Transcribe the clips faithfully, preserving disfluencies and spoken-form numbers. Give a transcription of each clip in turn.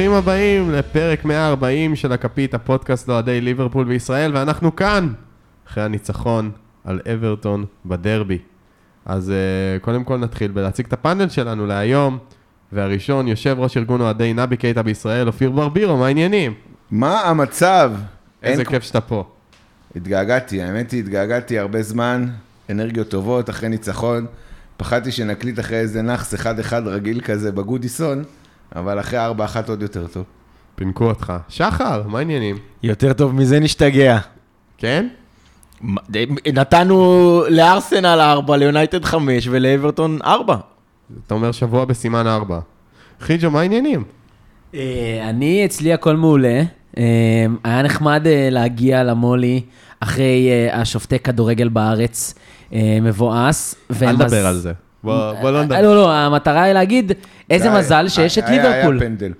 ברוכים הבאים לפרק מאה וארבעים של הכפית, הפודקאסט לאוהדי ליברפול בישראל, ואנחנו כאן אחרי הניצחון על אברטון בדרבי. אז uh, קודם כל נתחיל בלהציג את הפאנל שלנו להיום, והראשון יושב ראש ארגון אוהדי נבי קייטה בישראל, אופיר ברבירו, מה העניינים? מה המצב? איזה כיף שאתה פה. התגעגעתי, האמת היא, התגעגעתי הרבה זמן, אנרגיות טובות אחרי ניצחון, פחדתי שנקליט אחרי איזה נחס אחד אחד רגיל כזה בגודיסון, אבל אחרי ארבע אחת עוד יותר טוב. פינקו אותך. שחר, מה העניינים? יותר טוב מזה נשתגע. כן? נתנו לארסנל ארבע, ליונייטד חמש ולאברטון ארבע. אתה אומר שבוע בסימן ארבע. חיג'ו, מה העניינים? אני, אצלי הכל מעולה. היה נחמד להגיע למולי אחרי השופטי כדורגל בארץ מבואס. אל נדבר על זה. בוא לא נדבר. לא, לא, המטרה היא להגיד איזה מזל שיש את ליברפול. היה פנדל.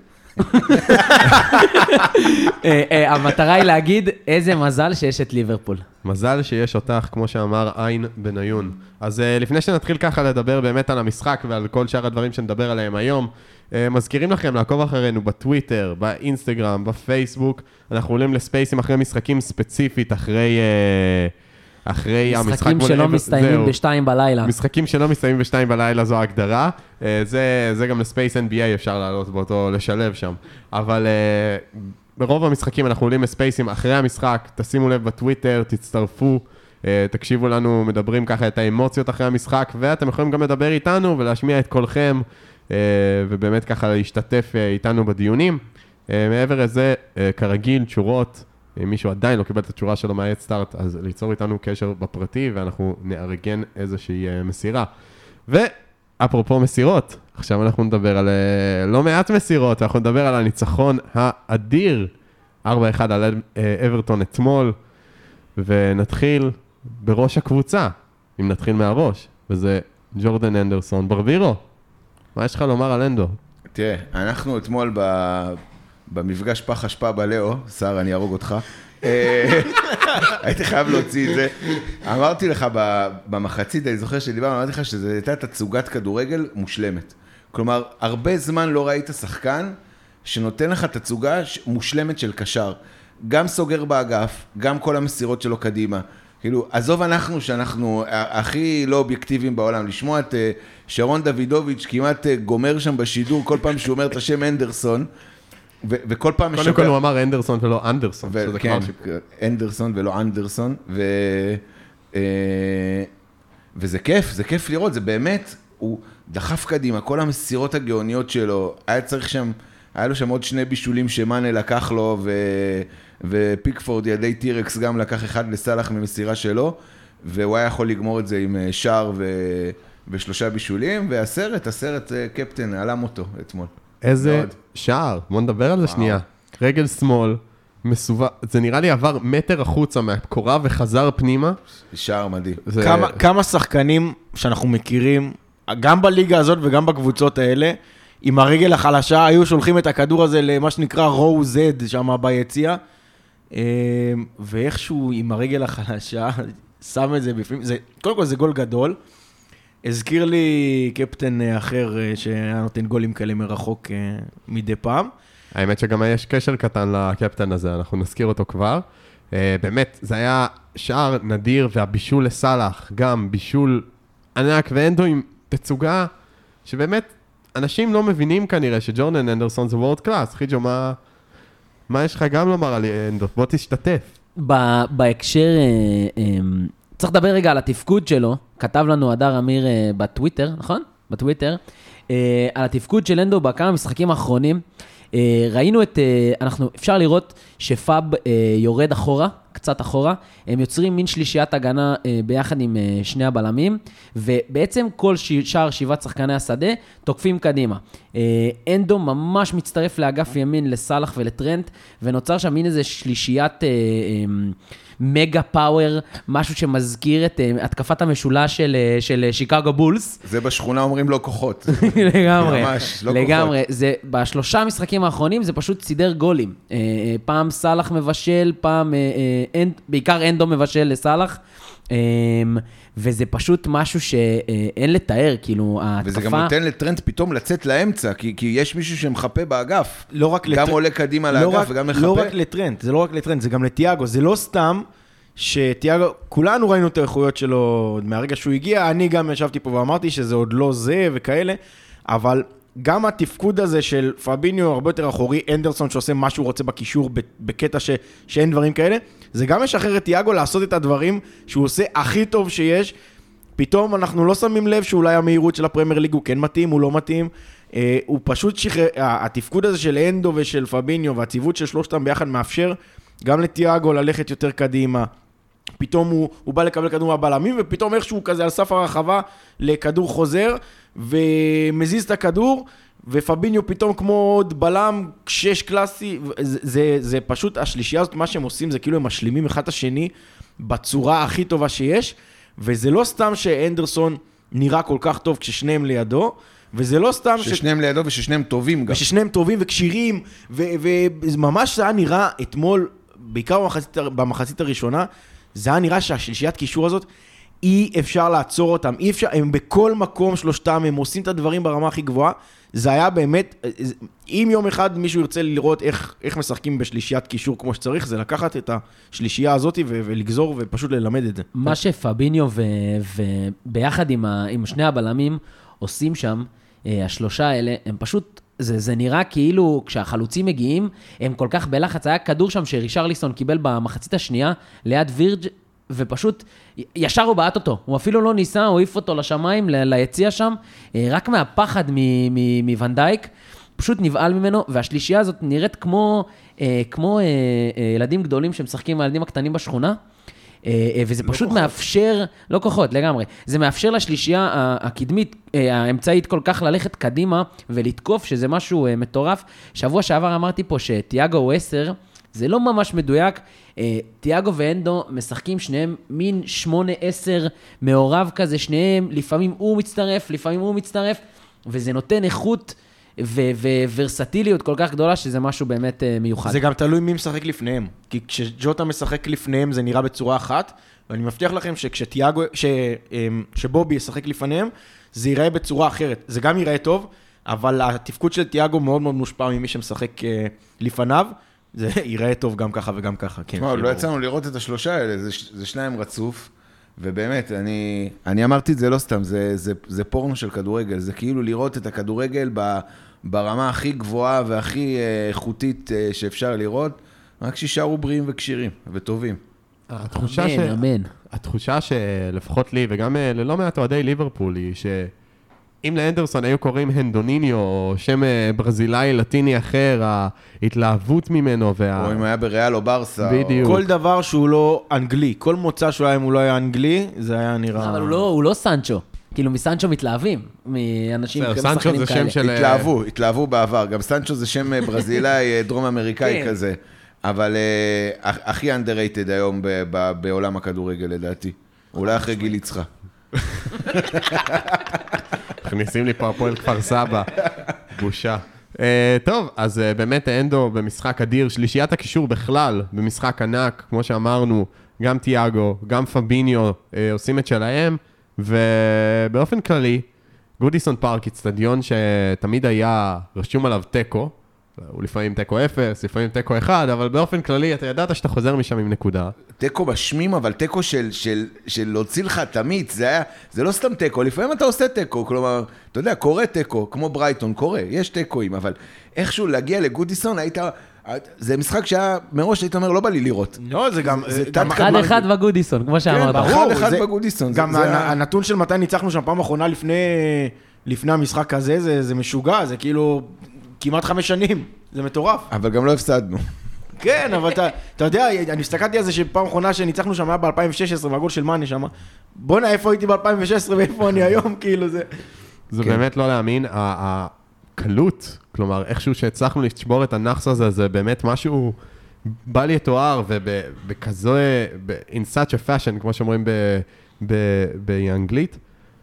המטרה היא להגיד איזה מזל שיש את ליברפול. מזל שיש אותך, כמו שאמר עין בניון. אז לפני שנתחיל ככה לדבר באמת על המשחק ועל כל שאר הדברים שנדבר עליהם היום, מזכירים לכם לעקוב אחרינו בטוויטר, באינסטגרם, בפייסבוק. אנחנו עולים לספייסים אחרי משחקים ספציפית, אחרי... אחרי המשחק... משחקים שלא מסתיימים בשתיים בלילה. משחקים שלא מסתיימים בשתיים בלילה זו ההגדרה. זה, זה גם לספייס אן בי איי אפשר לעלות באותו, לשלב שם. אבל ברוב המשחקים אנחנו עולים לספייסים אחרי המשחק. תשימו לב בטוויטר, תצטרפו, תקשיבו לנו, מדברים ככה את האמוציות אחרי המשחק, ואתם יכולים גם לדבר איתנו ולהשמיע את קולכם, ובאמת ככה להשתתף איתנו בדיונים. מעבר לזה, כרגיל, תשורות, אם מישהו עדיין לא קיבל את התשורה שלו מההד סטארט, אז ליצור איתנו קשר בפרטי, ואנחנו נארגן איזושהי מסירה. ואפרופו מסירות, עכשיו אנחנו נדבר על לא מעט מסירות, אנחנו נדבר על הניצחון האדיר, ארבע אחד על אברטון אתמול, ונתחיל בראש הקבוצה, אם נתחיל מהראש, וזה ג'ורדן אנדרסון. ברבירו, מה יש לך לומר על אנדו? תראה, אנחנו אתמול ב... במפגש פח אשפה בלאו, שר, אני ארוג אותך, הייתי חייב להוציא את זה. אמרתי לך במחצית, אני זוכר שדיברנו, אמרתי לך שזו הייתה תצוגת כדורגל מושלמת. כלומר, הרבה זמן לא ראית שחקן שנותן לך תצוגה מושלמת של קשר. גם סוגר באגף, גם כל המסירות שלו קדימה. כאילו, עזוב אנחנו שאנחנו הכי לא אובייקטיביים בעולם, לשמוע את שרון דוידוביץ' כמעט גומר שם בשידור, כל פעם שהוא אומר את השם אנדרסון, ו- וכל פעם קודם כל הוא אמר אנדרסון ולא אנדרסון. ו- כן, אנדרסון ולא אנדרסון, ו- וזה כיף, זה כיף לראות, זה באמת, הוא דחף קדימה, כל המסירות הגאוניות שלו, היה צריך שם, היה לו שם עוד שני בישולים שמאנה לקח לו, ו- ופיקפורד ידי טירקס גם לקח אחד לסלח ממסירה שלו, והוא היה יכול לגמור את זה עם שער ו- ושלושה בישולים, והסרט, הסרט קפטן, עלם אותו אתמול. איזה מאוד. שער, בוא נדבר על זה שנייה. רגל שמאל, מסובב, זה נראה לי עבר מטר החוצה מהקורה וחזר פנימה. שער מדהים. זה... כמה, כמה שחקנים שאנחנו מכירים, גם בליגה הזאת וגם בקבוצות האלה, עם הרגל החלשה, היו שולחים את הכדור הזה למה שנקרא רואו זד שם ביציאה, ואיכשהו עם הרגל החלשה, שם את זה בפנים, זה, קודם כל זה גול גדול, הזכיר לי קפטן אחר שהיה נותן גולים כאלה מרחוק מדי פעם. האמת שגם יש קשר קטן לקפטן הזה, אנחנו נזכיר אותו כבר. באמת, זה היה שער נדיר, והבישול לסלח, גם בישול ענק, ואנדו עם תצוגה, שבאמת אנשים לא מבינים כנראה שג'ורדן אנדרסון זה וורד קלאס. חיג'ו, מה, מה יש לך גם לומר על אנדו? בוא תשתתף. בהקשר... צריך לדבר רגע על התפקוד שלו, כתב לנו הדר אמיר בטוויטר, נכון? בטוויטר, על התפקוד של אנדו בכמה משחקים האחרונים, ראינו את, אנחנו, אפשר לראות שפאב יורד אחורה, קצת אחורה, הם יוצרים מין שלישיית הגנה ביחד עם שני הבלמים, ובעצם כל שאר שבעת שחקני השדה תוקפים קדימה. אנדו ממש מצטרף לאגף ימין לסלח ולטרנט, ונוצר שם מין איזה שלישיית מגה פאוור, משהו שמזכיר את התקפת המשולש של, של שיקגו בולס. זה בשכונה אומרים לא כוחות. לגמרי. ממש, לא לגמרי. כוחות. זה, בשלושה משחקים האחרונים זה פשוט סידר גולים. פעם סלח מבשל, פעם בעיקר אנדו מבשל לסלח, וזה פשוט משהו שאין לתאר, כאילו, ההתקפה... וזה גם נותן לטרנד פתאום לצאת לאמצע, כי, כי יש מישהו שמחפה באגף. לא רק גם לטרנד, עולה קדימה לאגף לא רק, וגם מחפה. לא רק לטרנד, זה לא רק לטרנד, זה גם לטיאגו, זה לא סתם שטיאגו, כולנו ראינו את האיכויות שלו מהרגע שהוא הגיע, אני גם ישבתי פה ואמרתי שזה עוד לא זה וכאלה, אבל גם התפקוד הזה של פאביניו הרבה יותר אחורי, אנדרסון שעושה מה שהוא רוצה בקישור בקטע ש, שאין דברים כאלה, זה גם משחרר את טיאגו לעשות את הדברים שהוא עושה הכי טוב שיש. פתאום אנחנו לא שמים לב שאולי המהירות של הפרמייר ליג הוא כן מתאים, הוא לא מתאים. אה, הוא פשוט שחרר, התפקוד הזה של אנדו ושל פאביניו והציוות של שלושתם ביחד מאפשר גם לטיאגו ללכת יותר קדימה. פתאום הוא, הוא בא לקבל כדור מהבלמים, ופתאום איכשהו כזה על סף הרחבה לכדור חוזר, ומזיז את הכדור, ופאביניו פתאום כמו עוד בלם, שש קלאסי, זה, זה, זה פשוט, השלישייה הזאת, מה שהם עושים, זה כאילו הם משלימים אחד את השני, בצורה הכי טובה שיש, וזה לא סתם שאנדרסון נראה כל כך טוב כששניהם לידו, וזה לא סתם ששניהם ש... לידו וששניהם טובים גם. וששניהם טובים וקשירים, וממש זה היה נראה אתמול, בעיקר במחצית, במחצית הראשונה, זה היה נראה שהשלישיית קישור הזאת, אי אפשר לעצור אותם, אי אפשר, הם בכל מקום שלושתם, הם עושים את הדברים ברמה הכי גבוהה, זה היה באמת, אם יום אחד מישהו ירצה לראות איך, איך משחקים בשלישיית קישור כמו שצריך, זה לקחת את השלישייה הזאת ו- ולגזור ופשוט ללמד את זה. מה שפאביניו וביחד עם, ה- עם שני הבלמים עושים שם, השלושה האלה, הם פשוט, זה, זה נראה כאילו כשהחלוצים מגיעים, הם כל כך בלחץ, היה כדור שם שרישרליסון קיבל במחצית השנייה, ליד וירג' ופשוט ישר הוא בעט אותו, הוא אפילו לא ניסה, הוא העיף אותו לשמיים, ל- ליציע שם, רק מהפחד מוונדייק, פשוט נבעל ממנו, והשלישייה הזאת נראית כמו, כמו ילדים גדולים שמשחקים עם הילדים הקטנים בשכונה, וזה פשוט לא כוחות. מאפשר, לא כוחות, לגמרי, זה מאפשר לשלישייה הקדמית, האמצעית כל כך ללכת קדימה ולתקוף, שזה משהו מטורף. שבוע שעבר אמרתי פה שטיאגו הוא עשר, זה לא ממש מדויק, טיאגו ואנדו משחקים שניהם מין שמונה עשר מעורב כזה, שניהם לפעמים הוא מצטרף, לפעמים הוא מצטרף, וזה נותן איכות וורסטיליות כל כך גדולה, שזה משהו באמת מיוחד. זה גם תלוי מי משחק לפניהם, כי כשג'וטה משחק לפניהם זה נראה בצורה אחת, ואני מבטיח לכם שכשטיאגו, ש, שבובי ישחק לפניהם, זה ייראה בצורה אחרת. זה גם ייראה טוב, אבל התפקוד של טיאגו מאוד מאוד מושפע ממי שמשחק לפניו, זה ייראה טוב גם ככה וגם ככה. כן, תשמע, לא יצאנו לראות את השלושה האלה, זה, זה שניים רצוף, ובאמת, אני, אני אמרתי את זה לא סתם, זה, זה, זה פורנו של כדורגל, זה כאילו לראות את הכדורגל ב, ברמה הכי גבוהה והכי איכותית שאפשר לראות, רק שישארו בריאים וקשירים וטובים. התחושה אמן, ש... אמן. התחושה שלפחות לי, וגם ללא מעט אוהדי ליברפול, היא שאם לאנדרסון היו קוראים הנדוניניו, או שם ברזילאי לטיני אחר, ההתלהבות ממנו, וה... או אם היה בריאל או ברסה. בדיוק. כל דבר שהוא לא אנגלי, כל מוצא שהוא היה אם הוא לא היה אנגלי, זה היה נראה... אבל הוא לא, הוא לא סנצ'ו. כאילו מסנצ'ו מתלהבים, מאנשים סנצ'ו זה שם של... התלהבו, התלהבו בעבר. גם סנצ'ו זה שם ברזילאי, דרום אמריקאי כן. כזה. אבל uh, הכי underrated היום ב- ב- בעולם הכדורגל לדעתי. אולי אחרי גיל יצחק. מכניסים לי פה הפועל כפר סבא. בושה. Uh, טוב, אז uh, באמת אנדו במשחק אדיר, שלישיית הקישור בכלל, במשחק ענק, כמו שאמרנו, גם טיאגו, גם פאביניו uh, עושים את שלהם, ובאופן כללי, גודיסון פארק, אצטדיון שתמיד היה רשום עליו טקו, הוא לפעמים טקו אפס, לפעמים טקו אחד, אבל באופן כללי, אתה ידעת שאתה חוזר משם עם נקודה. טקו משמים, אבל טקו של, של, של להוציא לך תמיד, זה היה, זה לא סתם טקו, לפעמים אתה עושה טקו, כלומר, אתה יודע, קורה טקו, כמו ברייטון, קורה, יש טקוים, אבל איכשהו להגיע לגודיסון, היית, זה משחק שהיה, מראש היית אומר, לא בא לי לראות. לא, זה גם... זה גם- תת- אחד אחד בגודיסון, כמו שאמרת. ברור. אחד אחד זה- בגודיסון, גם זה- זה- הנתון של מתי ניצחנו שם פעם אחרונה לפני, לפני המשחק הזה, זה, זה משוגע, זה כאילו כמעט חמש שנים, זה מטורף. אבל גם לא הפסדנו. כן, אבל אתה, אתה יודע, אני הסתכלתי על זה שפעם אחרונה שניצחנו שם היה ב-אלפיים ושש עשרה, והגול של מאני שם. בוא'נה, איפה הייתי ב-אלפיים ושש עשרה ואיפה אני היום, כאילו זה... זה כן. באמת לא להאמין, ה- הקלות, כלומר, איכשהו שהצלחנו לשבור את הנחס הזה, זה באמת משהו בל יתואר, ובכזו, in such a fashion, כמו שאומרים ב- ב- באנגלית,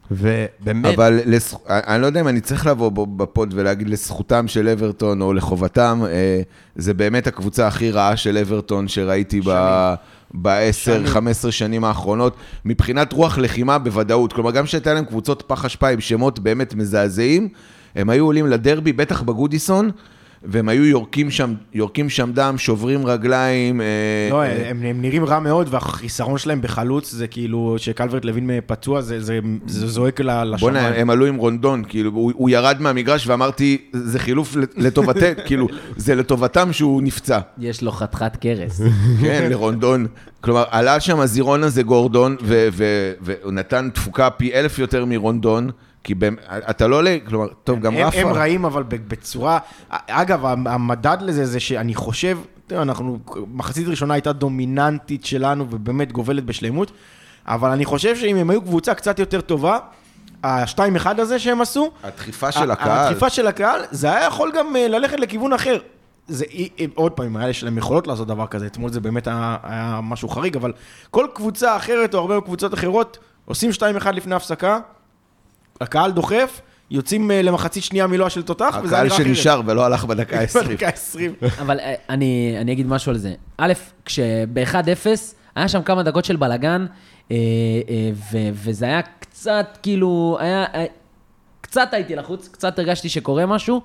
ובאמת... אבל לס... אני לא יודע אם אני צריך לבוא בפוד ולהגיד לזכותם של אברטון או לחובתם, זה באמת הקבוצה הכי רעה של אברטון שראיתי ב... ב-עשר חמש עשרה שנים האחרונות, מבחינת רוח לחימה בוודאות. כלומר, גם שהייתה להם קבוצות פח אשפה עם שמות באמת מזעזעים, הם היו עולים לדרבי, בטח בגודיסון, והם היו יורקים שם, יורקים שם דם, שוברים רגליים. לא, הם, הם נראים רע מאוד, והחיסרון שלהם בחלוץ, זה כאילו, שקלברט לוין פצוע, זה, זה, זה זועק לשמיים. בוא'נה, הם עלו עם רונדון, כאילו, הוא, הוא ירד מהמגרש ואמרתי, זה חילוף לטובתם, כאילו, זה לטובתם שהוא נפצע. יש לו חתיכת קרס. כן, לרונדון. כלומר, עלה שם הזירון הזה גורדון, והוא נתן תפוקה פי אלף יותר מרונדון, כי אתה לא עולה, כלומר, טוב, גם רפה. הם רעים, אבל בצורה... אגב, המדד לזה זה שאני חושב, אנחנו, מחצית ראשונה הייתה דומיננטית שלנו, ובאמת גובלת בשלמות, אבל אני חושב שאם הם היו קבוצה קצת יותר טובה, ה-שתיים אחד הזה שהם עשו... הדחיפה של הקהל. הדחיפה של הקהל, זה היה יכול גם ללכת לכיוון אחר. זה, עוד פעם, היה להם יכולות לעשות דבר כזה, אתמול זה באמת היה, היה משהו חריג, אבל כל קבוצה אחרת, או הרבה קבוצות אחרות, עושים שתיים אחד לפני הפסקה, הקהל דוחף, יוצאים למחצית שנייה מילואה של תותח, וזה הקהל שנשאר ולא הלך בדקה עשרים. בדקה עשרים. אבל אני, אני אגיד משהו על זה. א', כשב-אחד אפס, היה שם כמה דקות של בלגן, וזה היה קצת, כאילו, היה, קצת הייתי לחוץ, קצת הרגשתי שקורה משהו,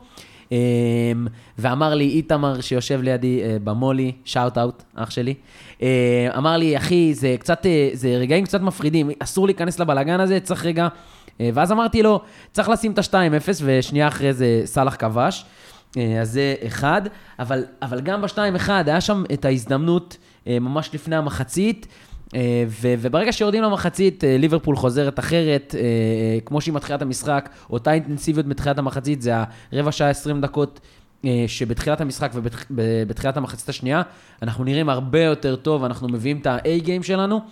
ואמר לי איתמר שיושב לידי במולי, שאוט אאוט, אח שלי, אמר לי, אחי, זה קצת, זה רגעים קצת מפרידים, אסור להיכנס לבלגן הזה, צריך רגע, ואז אמרתי לו, צריך לשים את ה-שתיים אפס, ושנייה אחרי זה סלח כבש, אז זה אחד, אבל, אבל גם ב-שתיים אחד היה שם את ההזדמנות ממש לפני המחצית, ו- וברגע שיורדים למחצית, ליברפול חוזרת אחרת, כמו שהיא מתחילת המשחק, אותה אינטנסיביות בתחילת המחצית, זה הרבע שעה עשרים דקות שבתחילת המשחק ובתחילת המחצית השנייה, אנחנו נראים הרבה יותר טוב, אנחנו מביאים את ה-A-game שלנו,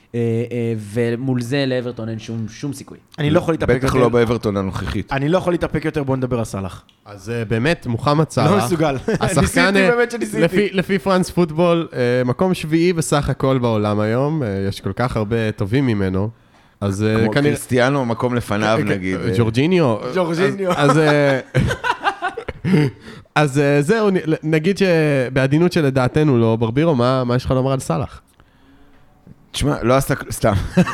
ומול זה לאברטון אין שום, שום סיכוי. אני לא יכול להתאפק יותר. בטח לא באברטון הנוכחית. אני לא יכול להתאפק יותר, בוא נדבר על סלח. אז באמת, מוחמד סלח. לא מסוגל. השחקן, לפי, לפי פרנס פוטבול, מקום שביעי בסך הכל בעולם היום, יש כל כך הרבה טובים ממנו. אז כמו כנראה... קריסטיאנו, מקום לפניו נגיד. ג'ורג'יניו. ג'ורג'יניו. אז... אז זהו, נגיד שבעדינות שלדעתנו לא, ברבירו, מה, מה יש לך לומר על סלח? תשמע, לא עשה, סתם.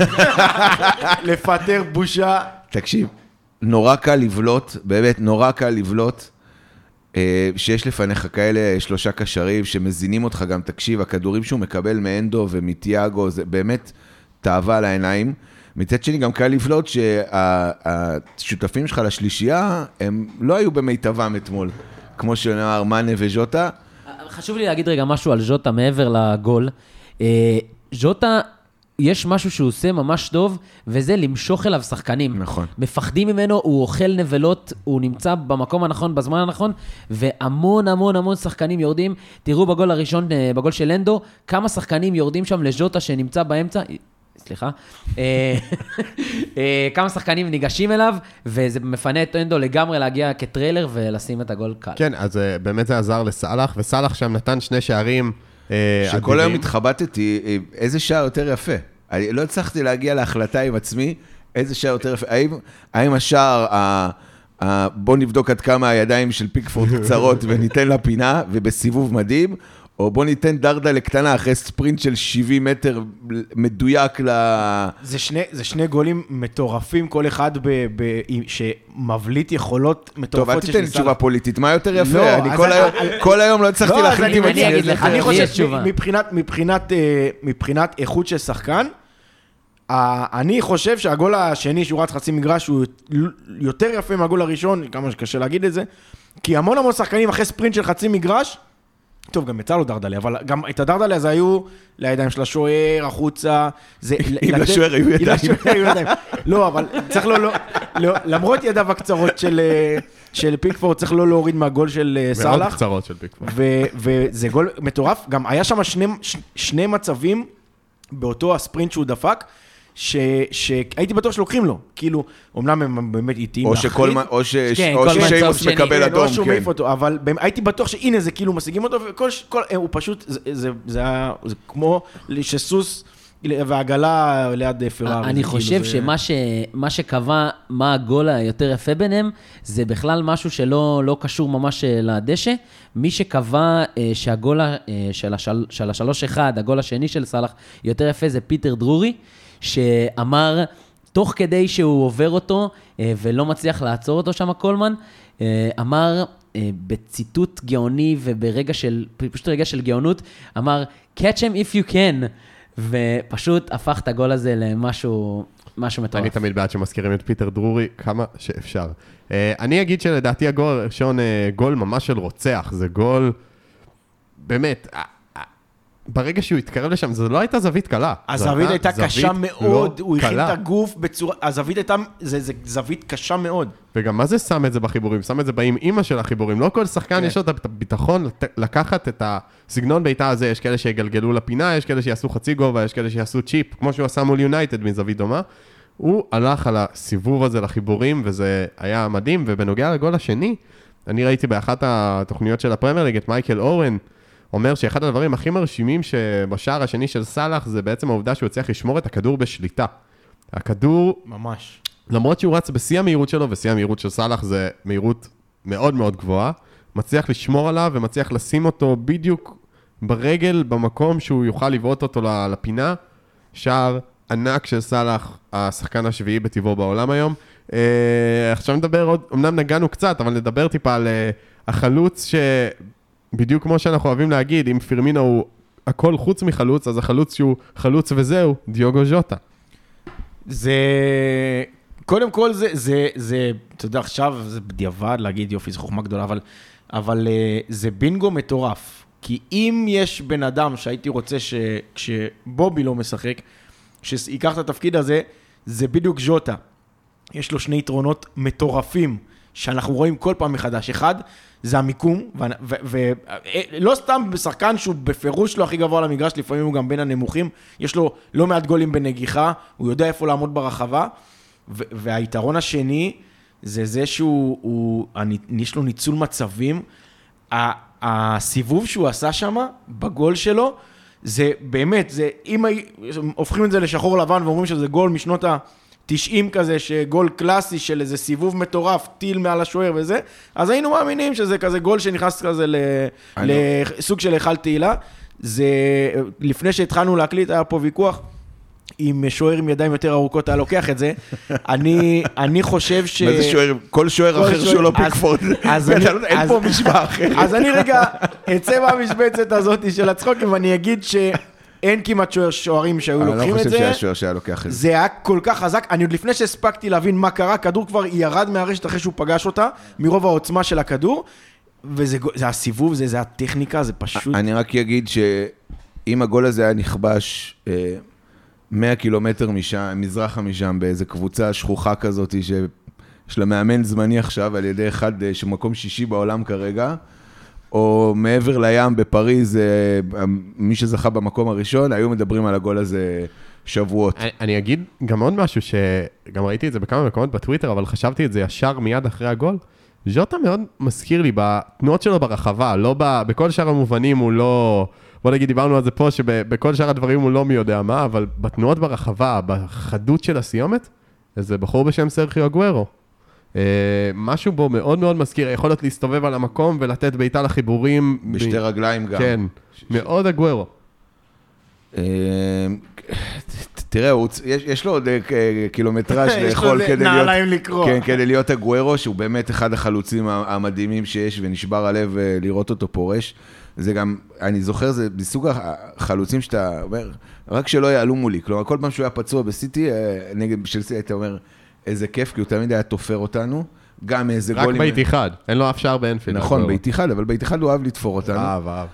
לפטר בושה. תקשיב, נורא קל לבלוט, באמת נורא קל לבלוט, שיש לפניך כאלה שלושה קשרים שמזינים אותך גם, תקשיב, הכדורים שהוא מקבל מאנדו ומתיאגו, זה באמת תאווה על העיניים. מצד שני גם קל לבלוט שהשותפים שלך לשלישייה, הם לא היו במיטבם אתמול, כמו שנאמר מנה וז'וטה. חשוב לי להגיד רגע משהו על ז'וטה מעבר לגול. ז'וטה, יש משהו שהוא עושה ממש טוב, וזה למשוך אליו שחקנים. נכון. מפחדים ממנו, הוא אוכל נבלות, הוא נמצא במקום הנכון, בזמן הנכון, והמון המון המון שחקנים יורדים. תראו בגול הראשון, בגול של אנדו, כמה שחקנים יורדים שם לז'וטה שנמצא באמצע. סליחה. כמה שחקנים ניגשים אליו, וזה מפנה את אנדו לגמרי להגיע כטריילר ולשים את הגול קל. כן, אז באמת זה עזר לסלח, וסלח שם נתן שני שערים, שכל היום התחבטתי, איזה שער יותר יפה. אני לא הצלחתי להגיע להחלטה עם עצמי, איזה שער יותר יפה. האם, האם השער, ה, ה, בוא נבדוק עד כמה הידיים של פיקפורד קצרות וניתן לה פינה, ובסיבוב מדהים, או בוא ניתן דרדה לקטנה אחרי ספרינט של שבעים מטר מדויק ל... זה שני, זה שני גולים מטורפים, כל אחד ב, ב, שמבליט יכולות מטורפות. טוב, אל תיתן לי תשובה פוליטית, מה יותר יפה? לא, אני כל, היום, כל היום לא הצלחתי לא, להחליט עם אני אגיד לך, אני לי חושב, יש תשובה. מבחינת, מבחינת, מבחינת איכות של שחקן, אני חושב שהגול השני שהוא רץ חצי מגרש הוא יותר יפה מהגול הראשון, כמה שקשה להגיד את זה, כי המון המון שחקנים אחרי ספרינט של חצי מגרש, טוב, גם יצא לו דרדלה, אבל גם את הדרדלה הזה היו לידיים של השוער, החוצה, זה... אם לשוער היו ידיים. לא, אבל צריך לא... למרות ידיו הקצרות של פיקפורד, צריך לא להוריד מהגול של סלח. מאוד קצרות של פיקפורד. וזה גול מטורף, גם היה שם שני מצבים באותו הספרינט שהוא דפק, שהייתי בטוח שלוקחים לו, כאילו, אומנם הם באמת איטיים להחליט. או ששיימוס מקבל אדום, כן. אבל הייתי בטוח שהנה זה כאילו משיגים אותו, והוא פשוט, זה כמו שסוס והעגלה ליד פרארי. אני חושב שמה שקבע מה הגול היותר יפה ביניהם, זה בכלל משהו שלא לא קשור ממש לדשא. מי שקבע שהגול של השלוש אחד, הגול השני של סלאח, יותר יפה זה פיטר דרורי, שאמר, תוך כדי שהוא עובר אותו, ולא מצליח לעצור אותו שם קולמן, אמר, בציטוט גאוני וברגע של, פשוט רגע של גאונות, אמר, catch him if you can, ופשוט הפך את הגול הזה למשהו משהו מטורף. אני תמיד בעד שמזכירים את פיטר דרורי כמה שאפשר. אני אגיד שלדעתי הגול הראשון גול ממש של רוצח, זה גול, באמת, ברגע שהוא התקרב לשם, זו לא הייתה זווית קלה. הזווית הייתה קשה מאוד, הוא הכין את הגוף בצורה, הזווית הייתה, זה זווית קשה מאוד. וגם מה זה שם את זה בחיבורים? שם את זה באים אימא של החיבורים. לא כל שחקן יש לו את הביטחון לקחת את הסגנון ביתה הזה, יש כאלה שיגלגלו לפינה, יש כאלה שיעשו חצי גובה, יש כאלה שיעשו צ'יפ, כמו שהוא עשה מול יונייטד מזווית דומה. הוא הלך על הסיבוב הזה לחיבורים, וזה היה מדהים, ובנוגע לגול השני, אני ראיתי באחת התוכניות של הפרמייר ליג את מייקל אורן, אומר שאחד הדברים הכי מרשימים שבשער השני של סלאח, זה בעצם העובדה שהוא הצליח לשמור את הכדור בשליטה. הכדור, ממש. למרות שהוא רץ בשיא המהירות שלו, ושיא המהירות של סלאח זה מהירות מאוד מאוד גבוהה, מצליח לשמור עליו ומצליח לשים אותו בדיוק ברגל, במקום שהוא יוכל לבעוט אותו לפינה. שער ענק של סלאח, השחקן השביעי בטבעו בעולם היום. עכשיו נדבר עוד, אמנם נגענו קצת, אבל נדבר טיפה על החלוץ ש... בדיוק כמו שאנחנו אוהבים להגיד, אם פירמינו הוא הכל חוץ מחלוץ, אז החלוץ שהוא חלוץ וזהו, דיוגו ז'וטה. זה, קודם כל זה, זה, זה, אתה יודע, עכשיו זה בדיעבד להגיד יופי, זה חוכמה גדולה, אבל, אבל זה בינגו מטורף. כי אם יש בן אדם שהייתי רוצה שכשבובי לא משחק, שיקח את התפקיד הזה, זה בדיוק ז'וטה. יש לו שני יתרונות מטורפים, שאנחנו רואים כל פעם מחדש. אחד, זה המיקום, ולא סתם בשחקן שהוא בפירוש לא הכי גבוה למגרש, לפעמים הוא גם בין הנמוכים, יש לו לא מעט גולים בנגיחה, הוא יודע איפה לעמוד ברחבה, והיתרון השני, זה זה שהוא, יש לו ניצול מצבים, הסיבוב שהוא עשה שם, בגול שלו, זה באמת, זה, אם הופכים את זה לשחור לבן, ואומרים שזה גול משנות ה... תשעים כזה, שגול קלאסי של איזה סיבוב מטורף, טיל מעל השוער וזה, אז היינו מאמינים שזה כזה גול שנכנס כזה לסוג של היכל תהילה. זה, לפני שהתחלנו להקליט, היה פה ויכוח, עם שוער עם ידיים יותר ארוכות, היה לוקח את זה. אני, אני חושב ש... מה זה שוער? כל שוער אחר שהוא לא פיקפורד. אין פה משוואה אחרת. אז אני רגע אצא מהמשבצת הזאת של הצחוקים, ואני אגיד ש... אין כמעט שוערים שהיו לוקחים את זה. אני לא חושב שהיה שוער שהיה לוקח את זה. זה היה כל כך חזק. אני עוד לפני שהספקתי להבין מה קרה, כדור כבר ירד מהרשת אחרי שהוא פגש אותה, מרוב העוצמה של הכדור, וזה הסיבוב, זה הטכניקה, זה פשוט... אני רק אגיד שאם הגול הזה היה נכבש מאה קילומטר משם, מזרחה משם, באיזו קבוצה שכוחה כזאת, שיש לה מאמן זמני עכשיו, על ידי אחד שמקום שישי בעולם כרגע, או מעבר לים בפריז, מי שזכה במקום הראשון, היו מדברים על הגול הזה שבועות. אני, אני אגיד גם עוד משהו, שגם ראיתי את זה בכמה מקומות בטוויטר, אבל חשבתי את זה ישר מיד אחרי הגול. ז'וטה מאוד מזכיר לי בתנועות שלו ברחבה, לא ב, בכל שאר המובנים הוא לא, בוא נגיד, דיברנו על זה פה, שבכל שאר הדברים הוא לא מי יודע מה, אבל בתנועות ברחבה, בחדות של הסיומת, איזה בחור בשם סרחיו אגוארו. Uh, משהו בו מאוד מאוד מזכיר, יכולת להסתובב על המקום ולתת ביתה לחיבורים. בשתי ב... רגליים גם. כן, ש... מאוד אגוארו. Uh, תראה, הוא, יש, יש לו עוד uh, קילומטראז' לאכול כדי להיות, כן, כדי להיות אגוארו, שהוא באמת אחד החלוצים המדהימים שיש, ונשבר הלב לראות אותו פורש. זה גם, אני זוכר, זה בסוג החלוצים שאתה אומר, רק שלא יעלו מולי. כלומר, כל פעם שהוא היה פצוע בסיטי, נגד של סיטי, אתה אומר, איזה כיף, כי הוא תמיד היה תופר אותנו, גם איזה גולים... רק בית אחד, אין לו אף שער באנפילד. נכון, בית אחד, אבל בית אחד הוא אוהב לתפור אותנו. אהב, אהב.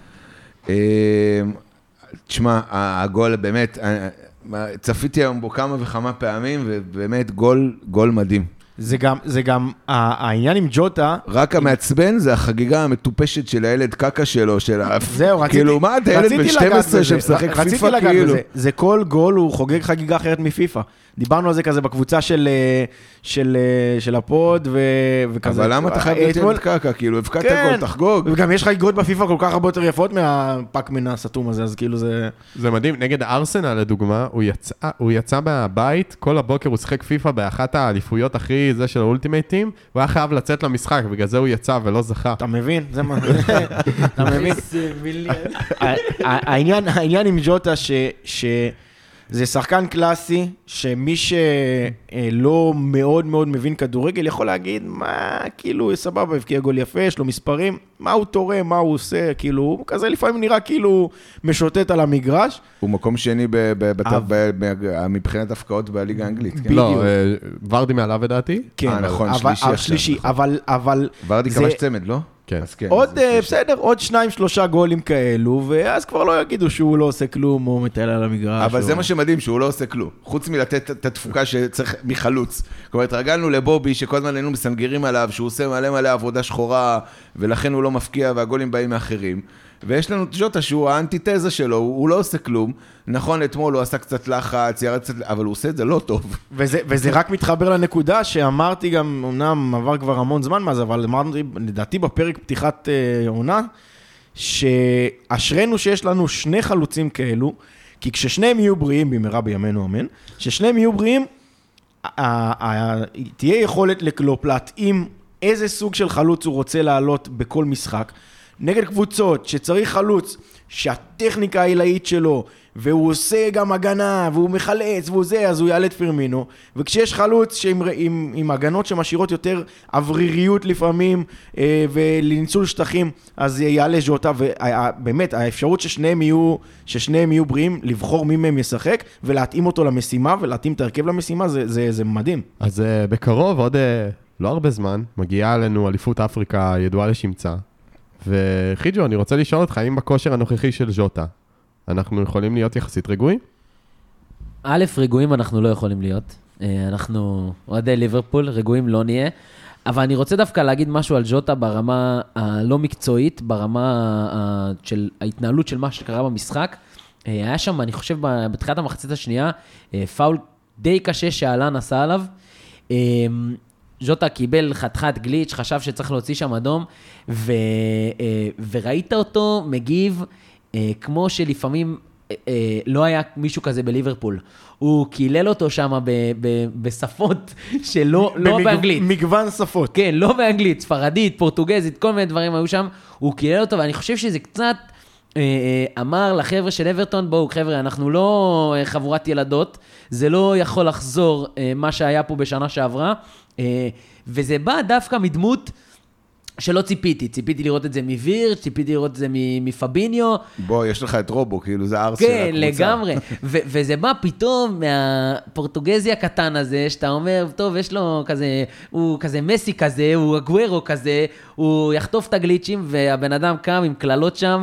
תשמע, הגול באמת, צפיתי היום בו כמה וכמה פעמים, ובאמת גול, גול מדהים. זה גם, זה גם, העניין עם ג'וטה... רק המעצבן זה החגיגה המטופשת של הילד קקה שלו, של ה... זהו, רציתי... כאילו, מה, אתה ילד בן שתים עשרה שמשחק פיפה כאילו? זה כל גול, הוא חוגג חגיגה אחרת מפיפה. דיברנו על זה כזה בקבוצה של, של, של הפוד, ו, וכזה. אבל למה אתה חייב להיות ילד קקה? כאילו, הבקעת כן. הכל, תחגוג. וגם יש חגיגות בפיפה כל כך הרבה יותר יפות מהפאקמן הסתום הזה, אז כאילו זה... זה מדהים, נגד ארסנל לדוגמה, הוא יצא, הוא יצא מהבית, כל הבוקר הוא שחק פיפה באחת האליפויות הכי זה של האולטימייטים, הוא היה חייב לצאת למשחק, בגלל זה הוא יצא ולא זכה. אתה מבין? זה מה... אתה מבין? העניין, העניין עם ג'וטה ש... ש... זה שחקן קלאסי, שמי שלא מאוד מאוד מבין כדורגל, יכול להגיד, מה, כאילו, סבבה, הבקיע גול יפה, יש לו מספרים, מה הוא תורם, מה הוא עושה, כאילו, הוא כזה לפעמים נראה כאילו משוטט על המגרש. הוא מקום שני מבחינת הפקעות בליגה האנגלית. לא, ורדי מעליו לדעתי. כן, נכון, שלישי. אבל... ורדי כבש צמד, לא? כן. עוד, בסדר, עוד שניים, שלושה גולים כאלו, ואז כבר לא יגידו שהוא לא עושה כלום, או מטייל על המגרש. אבל זה מה שמדהים, שהוא לא עושה כלום. חוץ מלתת את התפוקה שצריך מחלוץ. כלומר, התרגלנו לבובי, שכל הזמן היינו מסנגרים עליו, שהוא עושה מלא מלא עבודה שחורה, ולכן הוא לא מפקיע, והגולים באים מאחרים. ויש לנו ג'וטה שהוא האנטיתזה שלו, הוא לא עושה כלום. נכון, אתמול הוא עשה קצת לחץ, ירד קצת, אבל הוא עושה את זה לא טוב. וזה, וזה רק מתחבר לנקודה שאמרתי גם, אמנם עבר כבר המון זמן מה זה, אבל אמרתי, לדעתי בפרק פתיחת אה, עונה, שאשרנו שיש לנו שני חלוצים כאלו, כי כששניהם יהיו בריאים, במהרה בימינו אמן, כששניהם יהיו בריאים, תהיה יכולת לקלופ, להתאים איזה סוג של חלוץ הוא רוצה לעלות בכל משחק, נגד קבוצות שצריך חלוץ שהטכניקה העילאית שלו, והוא עושה גם הגנה, והוא מחלץ, והוא זה, אז הוא יעלה את פירמינו. וכשיש חלוץ שעם, עם, עם הגנות שמשאירות יותר אווריריות לפעמים, אה, ולניצול שטחים, אז יעלה ז'וטה, ובאמת, האפשרות ששניהם יהיו, ששניהם יהיו בריאים, לבחור מי מהם ישחק, ולהתאים אותו למשימה, ולהתאים את הרכב למשימה, זה, זה, זה מדהים. אז אה, בקרוב, עוד אה, לא הרבה זמן, מגיעה עלינו אליפות אפריקה ידועה לשמצה. וחיג'ו, אני רוצה לשאול אותך, האם בכושר הנוכחי של ז'וטה, אנחנו יכולים להיות יחסית רגועים? א', רגועים אנחנו לא יכולים להיות. אנחנו אוהדי ליברפול, רגועים לא נהיה. אבל אני רוצה דווקא להגיד משהו על ז'וטה ברמה הלא מקצועית, ברמה של ההתנהלות של מה שקרה במשחק. היה שם, אני חושב, בתחילת המחצית השנייה, פאול די קשה שאלן עשה עליו. ז'וטה קיבל חתיכת גליץ', חשב שצריך להוציא שם אדום, ו, וראית אותו מגיב כמו שלפעמים לא היה מישהו כזה בליברפול. הוא קילל אותו שם בשפות שלא לא באנגלית. מגוון שפות. כן, לא באנגלית, ספרדית, פורטוגזית, כל מיני דברים היו שם. הוא קילל אותו, ואני חושב שזה קצת אמר לחבר'ה של אברטון, בואו חבר'ה, אנחנו לא חבורת ילדות, זה לא יכול לחזור מה שהיה פה בשנה שעברה, וזה בא דווקא מדמות שלא ציפיתי, ציפיתי לראות את זה מוויר, ציפיתי לראות את זה מפביניו. בוא, יש לך את רובו, כאילו זה הארס של הקבוצה. כן, לגמרי, וזה בא פתאום מהפורטוגזי הקטן הזה, שאתה אומר, טוב, יש לו כזה, הוא כזה מסי כזה, הוא אגוארו כזה, הוא יחטוף את הגליצ'ים, והבן אדם קם עם כללות שם,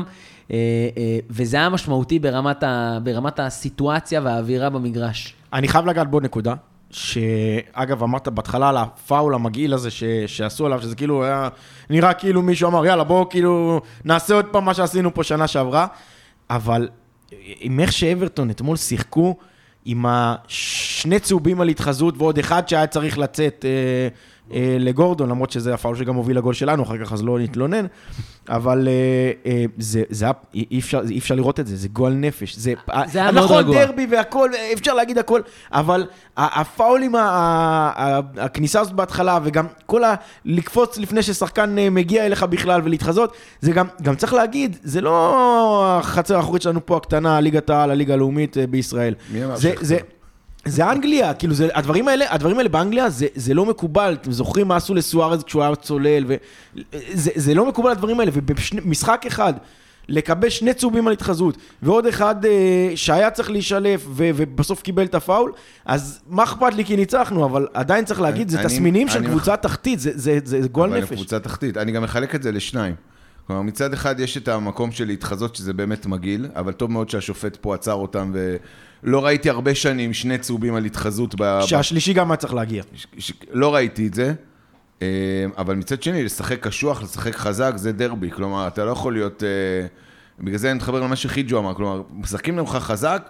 וזה היה משמעותי ברמת, ה, ברמת הסיטואציה והאווירה במגרש. אני חייב לגעת בו נקודה, שאגב אמרת בהתחלה על הפאול המגעיל הזה ש, שעשו עליו, שזה כאילו היה, נראה כאילו מישהו אמר, יאללה בואו כאילו נעשה עוד פעם מה שעשינו פה שנה שעברה, אבל עם איך שאברטון אתמול שיחקו, עם השני צהובים על התחזות ועוד אחד שהיה צריך לצאת אה, אה, לגורדון, למרות שזה הפאול שגם הוביל לגול שלנו, אחר כך אז לא נתלונן, אבל אה, אה, זה, זה, אי אפשר, אי אפשר לראות את זה, זה גול נפש, זה, זה היה מאוד רגוע. נכון דרבי והכל, אפשר להגיד הכל, אבל הפאולים, הכניסה הזאת בהתחלה, וגם כל ה... לקפוץ לפני ששחקן מגיע אליך בכלל ולהתחזות, זה גם, גם צריך להגיד, זה לא החצר האחורית שלנו פה הקטנה, ליגת העל, הליגה הלאומית בישראל. זה, זה, זה אנגליה, כאילו זה, הדברים האלה, הדברים האלה באנגליה, זה, זה לא מקובל, אתם זוכרים מה עשו לסוארז כשהוא היה צולל, וזה, זה לא מקובל הדברים האלה, ובמשחק אחד, לקבל שני צהובים על התחזות, ועוד אחד אה, שהיה צריך להישלף, ו- ובסוף קיבל את הפאול, אז מה אכפת לי כי ניצחנו, אבל עדיין צריך להגיד, זה אני, תסמינים אני, של אני קבוצה מח... תחתית, זה, זה, זה, זה גועל נפש. קבוצה תחתית, אני גם מחלק את זה לשניים. כלומר, מצד אחד יש את המקום של להתחזות, שזה באמת מגעיל, אבל טוב מאוד שהשופט פה עצר אותם, ולא ראיתי הרבה שנים שני צהובים על התחזות. ב... שהשלישי גם היה צריך להגיע. ש... ש... לא ראיתי את זה, אבל מצד שני, לשחק קשוח, לשחק חזק, זה דרבי. כלומר, אתה לא יכול להיות... בגלל זה אני מתחבר למה שחיג'ו אמר, כלומר, משחקים לך חזק,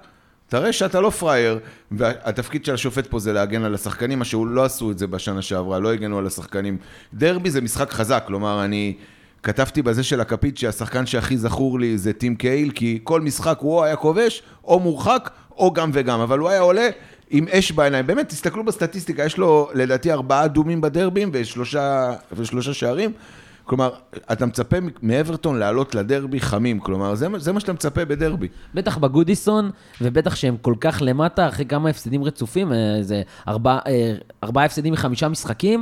תראה שאתה לא פרייר, והתפקיד של השופט פה זה להגן על השחקנים, מה שהוא לא עשו את זה בשנה שעברה, לא הגנו על השחקנים. דרבי זה משחק חזק, כלומר, אני כתבתי בזה של הקפיט שהשחקן שהכי זכור לי זה טים קייל, כי כל משחק הוא היה כובש, או מורחק, או גם וגם, אבל הוא היה עולה עם אש בעיניים. באמת, תסתכלו בסטטיסטיקה, יש לו לדעתי ארבעה דומים בדרבים ושלושה, ושלושה שערים, כלומר, אתה מצפה מאברטון לעלות לדרבי חמים, כלומר, זה, זה מה שאתה מצפה בדרבי. בטח בגודיסון, ובטח שהם כל כך למטה, אחרי כמה הפסדים רצופים, זה ארבעה, ארבעה הפסדים מחמישה משחקים,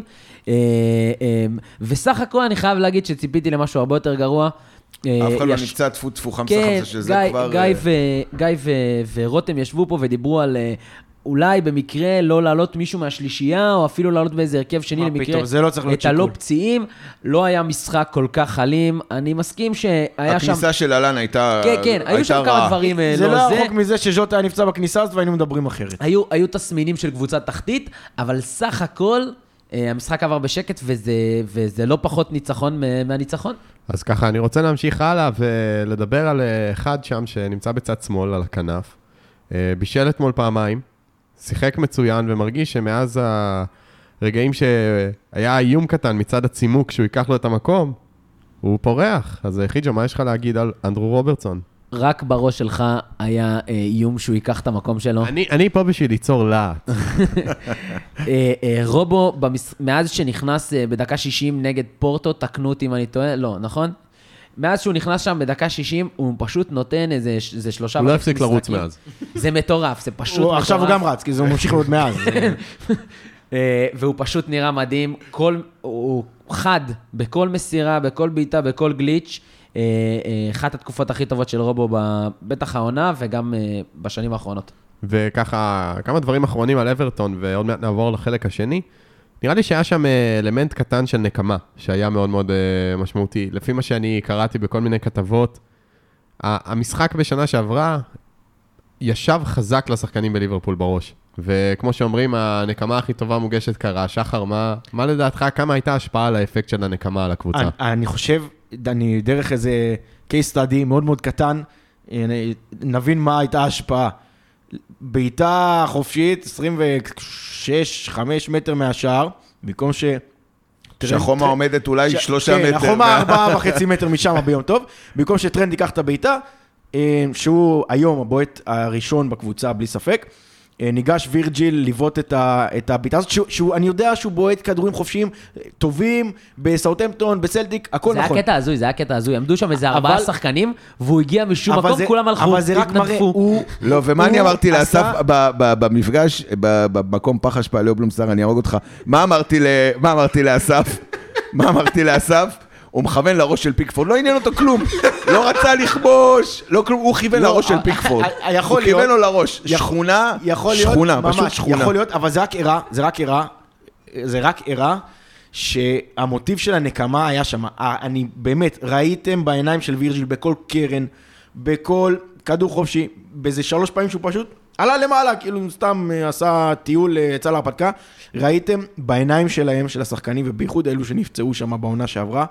וסך הכל אני חייב להגיד שציפיתי למשהו הרבה יותר גרוע. אף אחד לא נפצע תפו תפו חמסה חמסה, שזה כבר... גיא ורותם ישבו פה ודיברו על... אולי במקרה לא לעלות מישהו מהשלישייה, או אפילו לעלות באיזה הרכב שני למקרה, לא את הלא פציעים, לא היה משחק כל כך חלים, אני מסכים שהיה שם... הכניסה של אלן הייתה כן, כן, היו שם כמה דברים, זה לא רחוק מזה שז'וטה היה נפצע בכניסה הזאת, והיינו מדברים אחרת. היו, היו תסמינים של קבוצת תחתית, אבל סך הכל, המשחק עבר בשקט, וזה, וזה לא פחות ניצחון מהניצחון. אז ככה, אני רוצה להמשיך הלאה, ולדבר על אחד שם שנמצא בצד שמאל, על הכנף, בישל אתמול פעמיים, שיחק מצוין ומרגיש שמאז הרגעים שהיה איום קטן מצד הצימוק שהוא ייקח לו את המקום, הוא פורח. אז חיג'ו, מה יש לך להגיד על אנדרו רוברטסון? רק בראש שלך היה איום שהוא ייקח את המקום שלו. אני, אני פה בשביל ליצור להט. רובו, מאז שנכנס בדקה שישים נגד פורטו, תקנו אותי אם אני טועה, לא, נכון? מאז שהוא נכנס שם בדקה שישים, הוא פשוט נותן איזה, איזה שלושה... הוא לא הפסיק לרוץ מאז. זה מטורף, זה פשוט מטורף. עכשיו הוא גם רץ, כי זה ממשיך להיות מאז. והוא פשוט נראה מדהים, כל, הוא חד בכל מסירה, בכל בעיטה, בכל גליץ'. אחת התקופות הכי טובות של רובו בטח העונה, וגם בשנים האחרונות. וככה, כמה דברים אחרונים על אברטון, ועוד מעט נעבור לחלק השני. נראה לי שהיה שם אלמנט קטן של נקמה, שהיה מאוד מאוד משמעותי. לפי מה שאני קראתי בכל מיני כתבות, המשחק בשנה שעברה ישב חזק לשחקנים בליברפול בראש. וכמו שאומרים, הנקמה הכי טובה מוגשת קרה. שחר, מה, מה לדעתך, כמה הייתה השפעה על האפקט של הנקמה על הקבוצה? אני, אני חושב, אני דרך איזה case study מאוד מאוד קטן, נבין מה הייתה ההשפעה. בעיטה חופשית, עשרים ושש חמש מטר מהשער, במקום ש... שהחומה עומדת אולי שלושה מטר. כן, החומה ארבעה וחצי מטר משם ביום טוב, במקום שטרנד ייקח את הבעיטה, שהוא היום הבועט הראשון בקבוצה בלי ספק, ניגש וירג'יל לבעוט את הבעיטה הזאת, שהוא, אני יודע שהוא בועט כדורים חופשיים טובים, בסאות'המפטון, בסלטיק, הכל נכון. זה היה קטע הזוי, זה היה קטע הזוי, עמדו שם איזה ארבעה שחקנים, והוא הגיע משום מקום, כולם הלכו, אבל זה רק מראה, הוא... לא, ומה אני אמרתי לאסף במפגש, במקום פח אשפה, ליאו בלומסטר, אני ארוג אותך, מה אמרתי לאסף? מה אמרתי לאסף? הוא מכוון לראש של פיקפורד, לא עניין אותו כלום, לא רצה לכבוש, לא כלום, הוא כיוון לראש של פיקפורד, הוא כיוון לו לראש, שכונה, שכונה, פשוט שכונה. יכול להיות, אבל זה רק הראה, זה רק הראה, זה רק הראה, שהמוטיב של הנקמה היה שם, אני באמת, ראיתם בעיניים של וירג'יל, בכל קרן, בכל כדור חופשי, באיזה שלוש פעמים שהוא פשוט, עלה למעלה, כאילו סתם עשה טיול, יצא להרפתקה, ראיתם בעיניים שלהם, של השחקנים, ובייחוד אלו שנפצעו שם בעונה שעברה,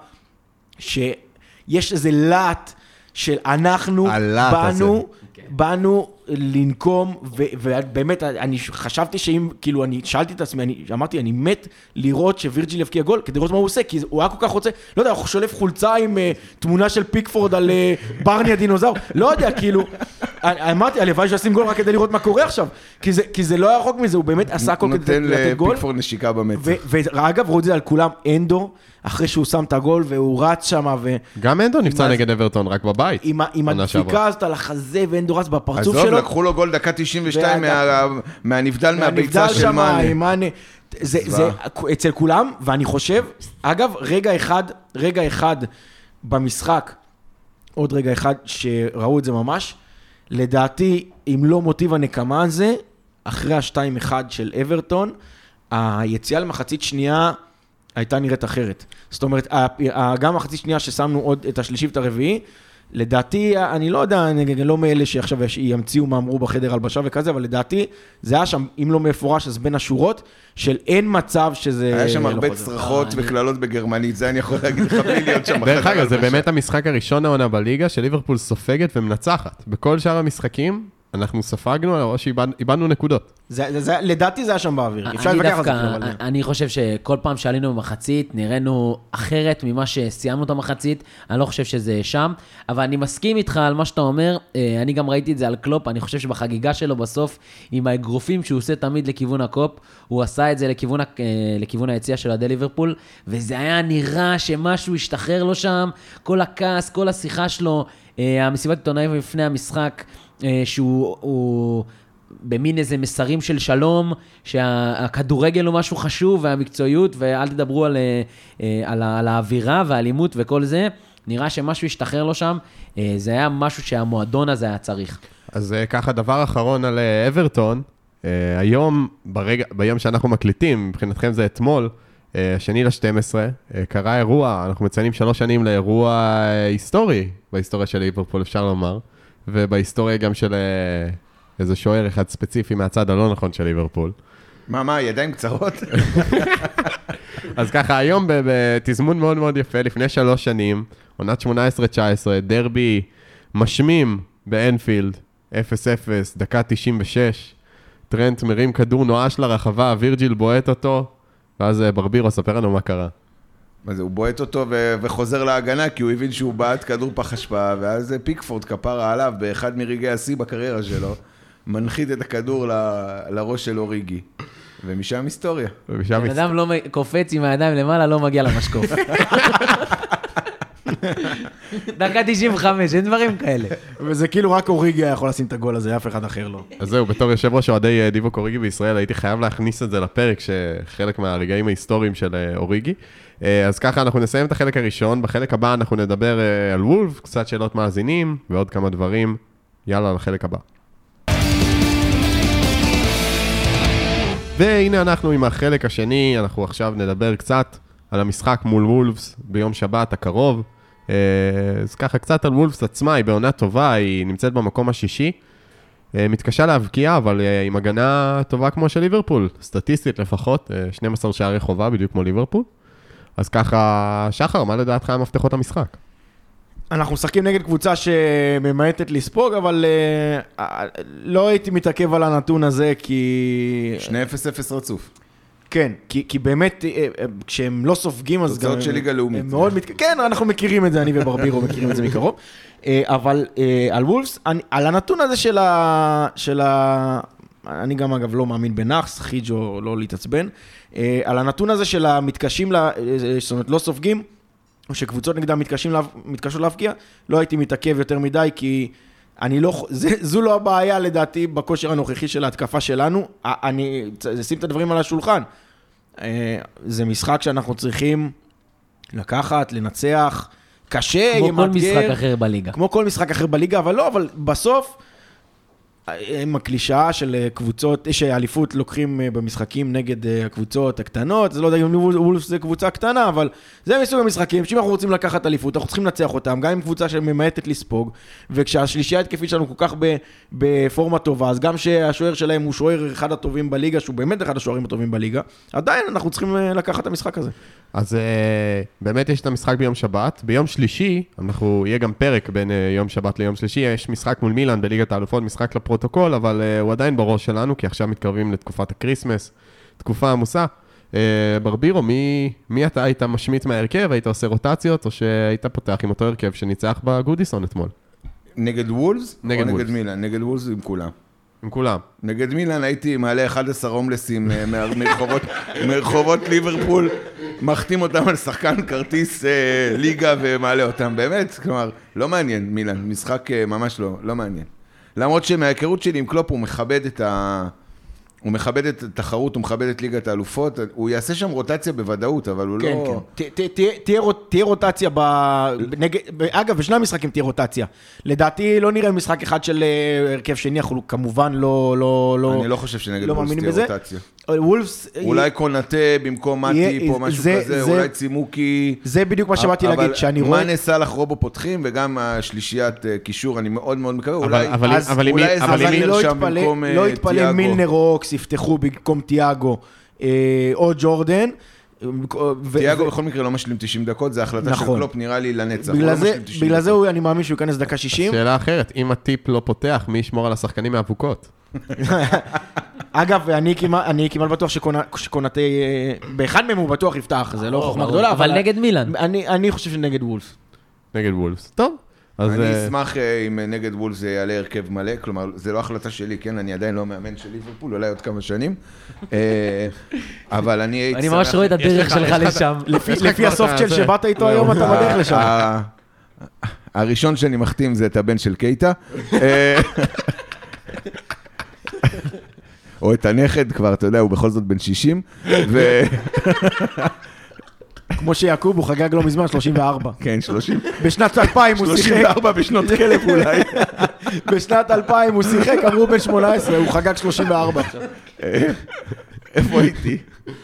שיש איזה להט של אנחנו באנו, באנו לנקום, ובאמת אני חשבתי שאם, כאילו אני שאלתי את עצמי, אני אמרתי, אני מת לראות שווירג'יל יבקיע גול, כדי לראות מה הוא עושה, כי הוא היה כל כך רוצה, לא יודע, הוא שולף חולצה עם תמונה של פיקפורד על ברני הדינוזאור, לא יודע, כאילו, אמרתי, הלוואי שעשים גול רק כדי לראות מה קורה עכשיו, כי זה לא היה רחוק מזה, הוא באמת עשה כל כדי לתת גול. נותן לפיקפורד נשיקה במצח. ואגב, רואים את זה על כולם, אנדו, אחרי שהוא שם את הגול והוא רץ שם ו... גם אנדו נפצע נגד אברטון, רק בבית. עם הדפיקה הזאת על החזה ואנדו רץ בפרצוף שלו. עזוב, לקחו לו גול דקה תשעים ושתיים מהנבדל מהביצה של מאנה. זה אצל כולם, ואני חושב, אגב, רגע אחד, רגע אחד במשחק, עוד רגע אחד שראו את זה ממש, לדעתי, אם לא מוטיב הנקמה הזה, אחרי ה-שתיים אחד של אברטון, היציאה למחצית שנייה הייתה נראית אחרת. זאת אומרת, גם המחצית שנייה ששמנו עוד את השלישי ואת הרביעי, לדעתי, אני לא יודע, אני לא מאלה שעכשיו ימציאו מה אמרו בחדר הלבשה וכזה, אבל לדעתי, זה היה שם, אם לא מפורש, אז בין השורות, של אין מצב שזה... היה שם הרבה צרחות וכללות בגרמנית, זה אני יכול להגיד לך בלי להיות שם בחדר הלבשה. דרך אגב, זה באמת המשחק הראשון העונה בליגה, של ליברפול סופגת ומנצחת. בכל שאר המשחקים, אנחנו ספגנו, או שאיבדנו נקודות. זה, זה, זה, לדעתי זה היה שם באוויר. אפשר לקחת את זה. אבל... אני חושב שכל פעם שעלינו במחצית, נראינו אחרת ממה שסיימנו את המחצית. אני לא חושב שזה שם, אבל אני מסכים איתך על מה שאתה אומר. אני גם ראיתי את זה על קלופ. אני חושב שבחגיגה שלו בסוף, עם האגרופים שהוא עושה תמיד לכיוון הקופ, הוא עשה את זה לכיוון, לכיוון היציאה של עדי ליברפול, וזה היה נראה שמשהו השתחרר לו שם, כל הכעס, כל השיחה שלו, המסיבת עיתונאים לפני המשחק, שהוא הוא במין איזה מסרים של שלום, שהכדורגל הוא משהו חשוב, והמקצועיות, ואל תדברו על, על, על האווירה והאלימות וכל זה, נראה שמשהו השתחרר לו שם, זה היה משהו שהמועדון הזה היה צריך. אז ככה, דבר אחרון על אברטון, היום, ברגע, ביום שאנחנו מקליטים, מבחינתכם זה אתמול, השני ל-שתים עשרה, קרה אירוע, אנחנו מציינים שלוש שנים לאירוע היסטורי, בהיסטוריה של ליברפול, אפשר לומר, ובהיסטוריה גם של איזה שוער אחד ספציפי מהצד הלא נכון של ליברפול. מה, מה, ידיים קצרות? אז ככה, היום בתזמון מאוד מאוד יפה, לפני שלוש שנים, עונת שמונה עשרה תשע עשרה, דרבי משמים באנפילד, אפס אפס, דקה תשעים ושש, טרנט מרים כדור נואש לרחבה, וירג'יל בועט אותו, ואז ברבירו, ספר לנו מה קרה. מה זה, הוא בועט אותו ו- וחוזר להגנה, כי הוא הבין שהוא בעט כדור פח אשפה, ואז פיקפורד כפרה עליו, באחד מרגעי השיא בקריירה שלו, מנחית את הכדור ל- לראש של אוריגי. ומשם היסטוריה. ומשם היסטוריה. אדם לא קופץ עם הידיים למעלה, לא מגיע למשקוף. דקה תשעים וחמש, אין דברים כאלה. וזה כאילו רק אוריגי יכול לשים את הגול הזה, אף אחד אחר לא. אז זהו, בתור יושב ראש אוהדי דיווק אוריגי בישראל, הייתי חייב להכניס את זה לפרק, שחלק מהרגעים ההיסטוריים של אוריגי. אז ככה אנחנו נסיים את החלק הראשון, בחלק הבא אנחנו נדבר על וולף, קצת שאלות מאזינים, ועוד כמה דברים. יאללה, לחלק הבא. והנה אנחנו עם החלק השני, אנחנו עכשיו נדבר קצת על המשחק מול וולפס ביום שבת הקרוב. אז ככה קצת על וולפס עצמה, היא בעונה טובה, היא נמצאת במקום השישי. מתקשה להבקיע, אבל עם הגנה טובה כמו של ליברפול, סטטיסטית לפחות, שנים עשר שערי חובה בדיוק כמו ליברפול. אז ככה, שחר, מה לדעתך המפתחות המשחק? אנחנו משחקים נגד קבוצה שממעטת לספוג, אבל uh, לא הייתי מתעכב על הנתון הזה, כי... שני אפס אפס רצוף. כן, כי, כי באמת, כשהם לא סופגים, אז גם... תוצאות של ליגה לאומית. מאוד מת... כן, אנחנו מכירים את זה, אני וברבירו מכירים את זה מקרוב. אבל על וולפס, על הנתון הזה של ה... של ה... אני גם אגב לא מאמין בנחס, חיג'ו לא להתעצבן. על הנתון הזה של המתקשים, לה... זאת אומרת, לא סופגים, או שקבוצות נגדם מתקשים לה... מתקשות להפקיע, לא הייתי מתעכב יותר מדי, כי... אני לא, זה, זו לא הבעיה לדעתי בכושר הנוכחי של ההתקפה שלנו, אני, שים את הדברים על השולחן, זה משחק שאנחנו צריכים לקחת, לנצח, קשה, כמו כל משחק אחר בליגה. כמו כל משחק אחר בליגה, אבל לא, אבל בסוף, עם הקלישה של קבוצות, שאליפות לוקחים במשחקים נגד הקבוצות הקטנות, זה לא יודע אם וולפס זה קבוצה קטנה, אבל זה מסוג המשחקים, שאם אנחנו רוצים לקחת אליפות, אנחנו צריכים לנצח אותם, גם עם קבוצה שממעטת לספוג, וכשהשלישייה התקפית שלנו כל כך בפורמה טובה, אז גם שהשוער שלהם הוא שוער אחד הטובים בליגה, שהוא באמת אחד השוערים הטובים בליגה, עדיין אנחנו צריכים לקחת את המשחק הזה. אז באמת יש את המשחק ביום שבת, ביום שלישי, אנחנו, יהיה גם פרק בין יום שבת ליום שלישי, יש משחק מול מילאן בליגת האלופות, משחק לפרוטוקול, אבל uh, הוא עדיין בראש שלנו, כי עכשיו מתקרבים לתקופת הקריסמס, תקופה עמוסה. Uh, ברבירו, מי, מי אתה היית משמיט מההרכב? היית עושה רוטציות, או שהיית פותח עם אותו הרכב שניצח בגודיסון אתמול? נגד וולפס? נגד או וולפס. נגד מילאן? נגד וולפס עם כולם. עם כולם. נגד מילאן הייתי מעלה אחד עשר הומלסים מרחובות, מרחובות ליברפול, מחתים אותם על שחקן כרטיס אה, ליגה ומעלה אותם. באמת, כלומר, לא מעניין מילאן, משחק אה, ממש לא, לא מעניין. למרות שמההיכרות שלי עם קלופ הוא מכבד את ה... הוא מכבד את התחרות, הוא מכבד את ליגת האלופות, הוא יעשה שם רוטציה בוודאות, אבל הוא כן, לא... כן, כן. תהיה רוטציה ב... אגב, בשני המשחקים תהיה רוטציה. לדעתי לא נראה משחק אחד של הרכב שני, אנחנו כמובן לא... אני לא חושב שנגד וולפס תהיה רוטציה. וולפס... אולי קונטה במקום מטיפ או משהו כזה, אולי צימוקי. זה בדיוק מה שבאתי להגיד, שאני רואה... אבל מאנה סלח רובו פותחים, וגם השלישיית קישור, אני מאוד מאוד מקווה, אולי... אולי מילנר שם במקום לא יתפלא מילנר רוקס, יפתחו במקום תיאגו או ג'ורדן, תיאגו בכל מקרה לא משלים תשעים דקות, זה החלטה של קלופ נראה לי לנצח. בגלל זה אני מאמין שהוא ייכנס דקה שישים. שאלה אחרת, אם הטיפ לא פותח, מי ישמור על השחקנים מהאבוקות? אגב, אני כמעט בטוח שקונאטה, באחד מהם הוא בטוח יפתח, זה לא חוכמה גדולה. אבל נגד מילאן. אני חושב שנגד וולפס. נגד וולפס, טוב. אני אשמח אם נגד וולפס זה יעלה הרכב מלא, כלומר, זה לא החלטה שלי, כן? אני עדיין לא מאמן של ליברפול, אולי עוד כמה שנים. אבל אני הייתי אני ממש רואה את הדרך שלך לשם. לפי הסופט של שבאת איתו היום, אתה בדרך לשם. הראשון שאני מחתים זה את הבן של קייטה. או את הנכד, כבר, אתה יודע, הוא בכל זאת בן שישים. כמו שיעקוב, הוא חגג לא מזמן, שלושים וארבע. כן, שלושים. בשנת אלפיים הוא שיחק. שלושים וארבע בשנות כלב אולי. בשנת אלפיים הוא שיחק, אמרו בן שמונה עשרה, הוא חגג שלושים וארבע עכשיו. איפה הייתי?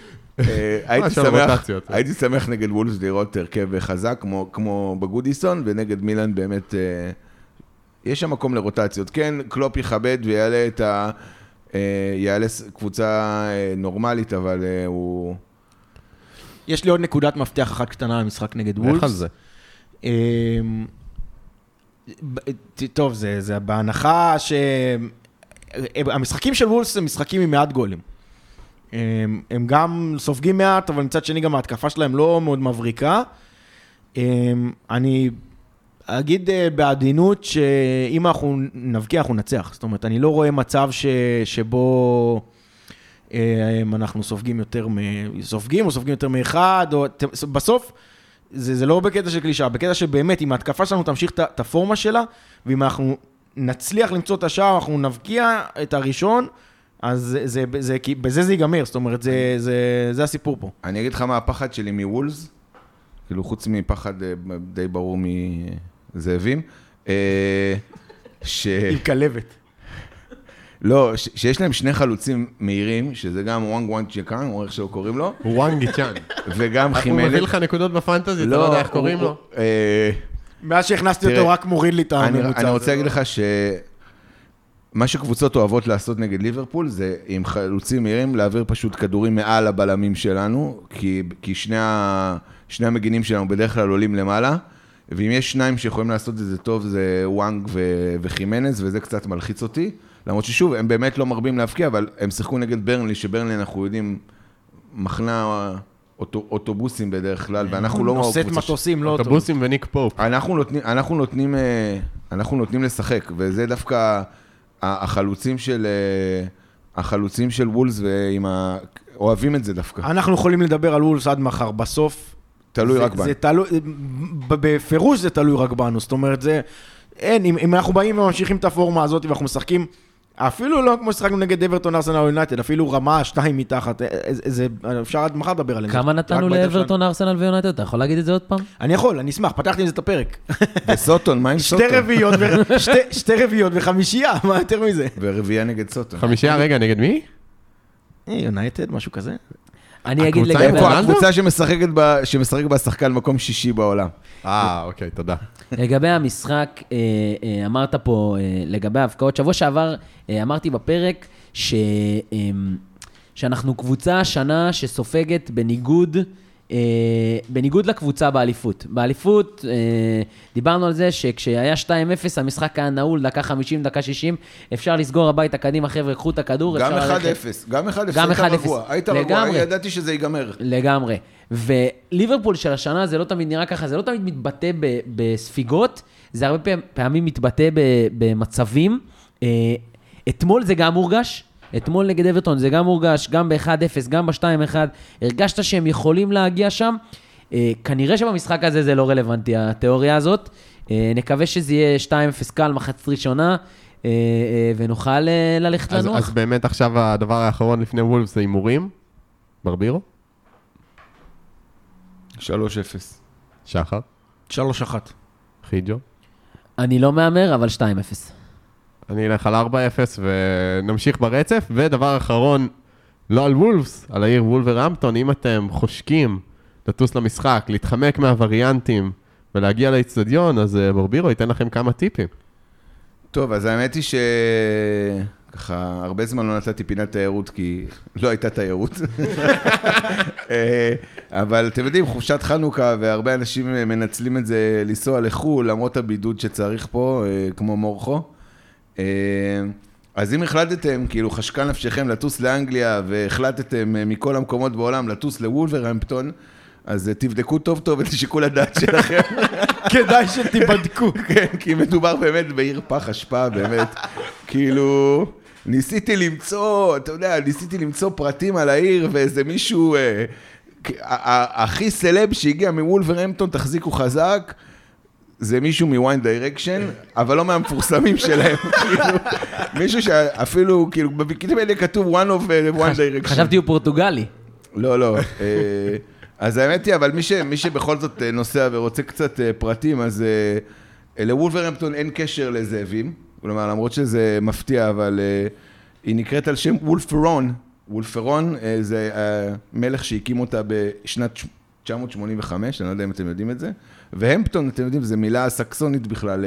הייתי שמח נגד וולפס לראות הרכב חזק, כמו בגודיסון, ונגד מילאן באמת, יש שם מקום לרוטציות. כן, קלופ יכבד ויעלה את ה... יעלה קבוצה נורמלית, אבל הוא... יש לי עוד נקודת מפתח אחת קטנה למשחק נגד וולפס. איך על זה? טוב, זה בהנחה שהמשחקים של וולפס הם משחקים עם מעט גולים. הם גם סופגים מעט, אבל מצד שני גם ההתקפה שלהם לא מאוד מבריקה. אני אגיד בעדינות שאם אנחנו נבקיע, אנחנו נצח. זאת אומרת, אני לא רואה מצב שבו... אנחנו סופגים יותר מ... סופגים או סופגים יותר מאחד, או... בסוף, זה, זה לא בקטע של קלישה, בקטע שבאמת, אם ההתקפה שלנו תמשיך את הפורמה שלה, ואם אנחנו נצליח למצוא את השער, אנחנו נבקיע את הראשון, אז זה, זה, זה, זה, בזה זה ייגמר, זאת אומרת, זה, זה, זה הסיפור פה. אני אגיד לך מה הפחד שלי מוולס, כאילו חוץ מפחד די ברור מזאבים, ש... עם כלבת. לא, שיש להם שני חלוצים מהירים, שזה גם וואנג וואנג צ'קן, או איך שהוא קוראים לו. וואנג צ'קן. וגם חימלת. הוא מביא לך נקודות בפנטזי, אתה לא יודע איך קוראים לו? מאז שהכנסתי אותו רק מוריד לי את הממוצע. אני רוצה להגיד לך שמה שקבוצות אוהבות לעשות נגד ליברפול, זה עם חלוצים מהירים, להעביר פשוט כדורים מעל הבלמים שלנו, כי שני המגינים שלנו בדרך כלל עולים למעלה, ואם יש שניים שיכולים לעשות את זה טוב, זה וואנג וחימנז, וזה קצת מלחיץ אותי. למרות ששוב, הם באמת לא מרבים להפקיע, אבל הם שיחקו נגד ברנלי, שברנלי אנחנו יודעים, מחנה אוטובוסים בדרך כלל, ואנחנו לא... נושאת מטוסים, לא אוטובוסים וניק פופ. אנחנו נותנים, אנחנו נותנים לשחק, וזה דווקא החלוצים של, החלוצים של וולס, אוהבים את זה דווקא. אנחנו יכולים לדבר על וולס עד מחר, בסוף... תלוי רק בנו. זה תלוי, בפירוש זה תלוי רק בנו, זאת אומרת, זה... אין, אם, אם אנחנו באים וממשיכים את הפורמה הזאת ואנחנו משחקים, אפילו לא כמו ששחקנו נגד אברטון, ארסנל ויונייטד, אפילו רמה שתיים מתחת, זה, אפשר עד מחר לדבר עליהם. כמה נתנו לאברטון, ארסנל ויונייטד? אתה יכול להגיד את זה עוד פעם? אני יכול, אני אשמח, פתחתי עם זה את הפרק. וסוטון, מה עם סוטון? שתי רביעיות, שתי, שתי רביעיות וחמישייה, מה יותר מזה? ורביעייה נגד סוטון. חמישייה, רגע, נגד מי? יונייטד, משהו כזה. אני אגיד לגבי... הקבוצה שמשחקת בה, שמשחק בה שחקן מקום שישי בעולם. אה, אוקיי, תודה. לגבי המשחק, אמרת פה, לגבי ההפקעות, שבוע שעבר אמרתי בפרק ש... שאנחנו קבוצה השנה שסופגת בניגוד, בניגוד לקבוצה באליפות. באליפות דיברנו על זה שכשהיה שתיים אפס, המשחק היה נעול, דקה חמישים, דקה שישים, אפשר לסגור הביתה קדימה, חבר'ה, קחו את הכדור. גם אחד אפס, גם אחד אפס, היית רגוע, היית רגוע, ידעתי שזה ייגמר. לגמרי. וליברפול של השנה זה לא תמיד נראה ככה, זה לא תמיד מתבטא בספיגות, זה הרבה פעמים מתבטא במצבים. אתמול זה גם מורגש, אתמול נגד אברטון זה גם מורגש, גם ב-אחד אפס, גם ב-שתיים אחד, הרגשת שהם יכולים להגיע שם, כנראה שבמשחק הזה זה לא רלוונטי, התיאוריה הזאת, נקווה שזה יהיה שתיים אפס קל, מחצית ראשונה, ונוכל ללכת לנוח. אז באמת עכשיו הדבר האחרון לפני וולפס זה הימורים, ברבירו? שלוש אפס. שחר? שלוש אחת. חיג'ו? אני לא מאמר, אבל שתיים אפס. אני אלך על ארבע אפס ונמשיך ברצף, ודבר אחרון, לא על וולפס, על העיר וולברהמפטון, אם אתם חושקים לטוס למשחק, להתחמק מהווריאנטים ולהגיע לאצטדיון, אז ברבירו ייתן לכם כמה טיפים. טוב, אז האמת היא ש... ככה, הרבה זמן לא נתתי פינת תיירות, כי לא הייתה תיירות. אבל אתם יודעים, חופשת חנוכה, והרבה אנשים מנצלים את זה לנסוע לחו"ל, למרות הבידוד שצריך פה, כמו מורחו. אז אם החלטתם, כאילו חשקה נפשכם לטוס לאנגליה, והחלטתם מכל המקומות בעולם לטוס לוולברהמפטון, אז תבדקו טוב טוב את שיקול הדעת שלכם. כדאי שתיבדקו. כן, כי מדובר באמת בעיר פח אשפה, באמת. כאילו, ניסיתי למצוא, אתה יודע, ניסיתי למצוא פרטים על העיר, ואיזה מישהו, הכי סלב שהגיע מוולברהמפטון, תחזיקו חזק, זה מישהו מ-One Direction, אבל לא מהמפורסמים שלהם. מישהו שאפילו, כאילו, בוויקיפדיה כתוב one of One Direction. חשבתי הוא פורטוגלי. לא, לא. אז האמת היא, אבל מי, ש, מי שבכל זאת נוסע ורוצה קצת פרטים, אז לוולברהמפטון אין קשר לזאבים, כלומר, למרות שזה מפתיע, אבל היא נקראת על שם וולפרון. וולפרון זה המלך שהקים אותה בשנת תשע מאות שמונים וחמש, אני לא יודע אם אתם יודעים את זה, והמפטון, אתם יודעים, זו מילה סקסונית בכלל,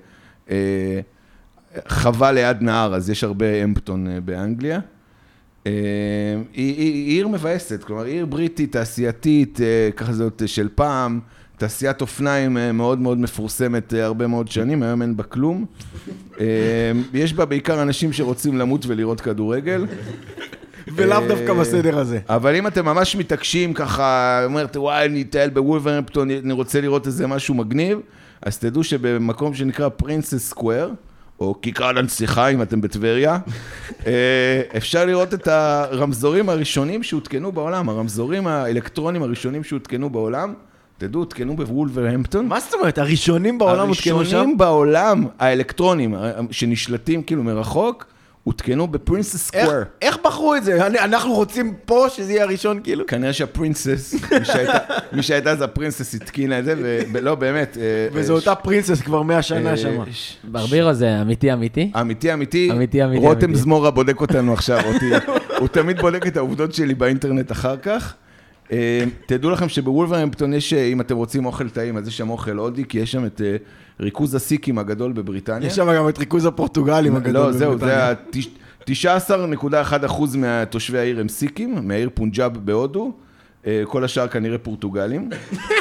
חווה ליד נהר, אז יש הרבה המפטון באנגליה. היא, היא, היא עיר מבאסת, כלומר, עיר בריטית, תעשייתית, ככה זאת של פעם, תעשיית אופניים מאוד מאוד מפורסמת הרבה מאוד שנים, היום אין בה כלום. יש בה בעיקר אנשים שרוצים למות ולראות כדורגל. ולאו דווקא בסדר הזה. אבל אם אתם ממש מתעקשים ככה, אומרת, וואי, אני אטייל בוולברהמפטון, אני רוצה לראות איזה משהו מגניב, אז תדעו שבמקום שנקרא פרינסס סקוואר, או כיכר הנסיכה, אם אתם בטבריה, אפשר לראות את הרמזורים הראשונים שהותקנו בעולם, הרמזורים האלקטרונים הראשונים שהותקנו בעולם, תדעו, הותקנו בוולברהמפטון. מה זאת אומרת? הראשונים בעולם הותקנו שם? הראשונים בעולם, האלקטרונים, שנשלטים כאילו מרחוק, הותקנו בפרינסס סקוואר. איך בחרו את זה? אנחנו רוצים פה שזה יהיה הראשון כאילו? כנראה שהפרינסס, מי שהייתה זה הפרינסס התקינה את זה, ולא באמת. וזו אותה פרינסס כבר מאה שנה שמה. ברבירו זה אמיתי אמיתי? אמיתי אמיתי. אמיתי אמיתי. רותם זמורה בודק אותנו עכשיו, הוא תמיד בודק את העובדות שלי באינטרנט אחר כך. תדעו לכם שבוולברהמפטון יש, אם אתם רוצים אוכל טעים, אז יש שם אוכל הודי, כי יש שם את ריכוז הסיקים הגדול בבריטניה. יש שם גם את ריכוז הפורטוגלים הגדול בבריטניה. לא, זהו, זה תשע עשרה נקודה אחת אחוז מהתושבי העיר הם סיקים, מהעיר פונג'אב בהודו, כל השאר כנראה פורטוגלים.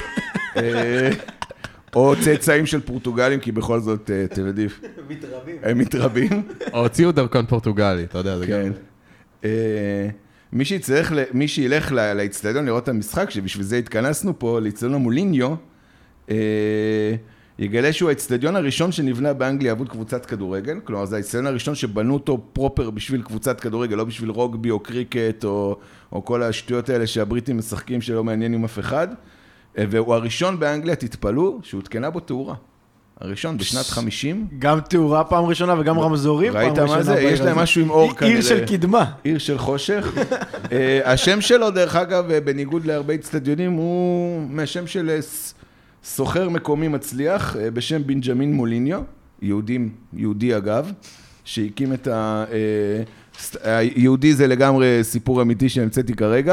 או צאצאים של פורטוגלים, כי בכל זאת, אתם יודעים, הם מתרבים. או הוציאו דרכון פורטוגלי, אתה יודע, זה גם... מי שיצטרך, מי שילך לאצטדיון לראות את המשחק, שבשביל זה התכנסנו פה, לאצטדיון המוליניו, יגלה שהוא האצטדיון הראשון שנבנה באנגליה עבור קבוצת כדורגל, כלומר זה האצטדיון הראשון שבנו אותו פרופר בשביל קבוצת כדורגל, לא בשביל רוגבי או קריקט או, או כל השטויות האלה שהבריטים משחקים שלא מעניינים אף אחד, והוא הראשון באנגליה, תתפלאו, שהותקנה בו תאורה. הראשון בשנת חמישים. גם תאורה פעם ראשונה וגם רמזורים פעם ראשונה. ראית מה זה? יש להם משהו עם אור כנראה. עיר של קדמה. עיר של חושך. השם שלו, דרך אגב, בניגוד להרבה אצטדיונים, הוא מהשם של סוחר מקומי מצליח, בשם בנג'מין מוליניו, יהודים, יהודי אגב, שהקים את ה... יהודי זה לגמרי סיפור אמיתי שהמצאתי כרגע.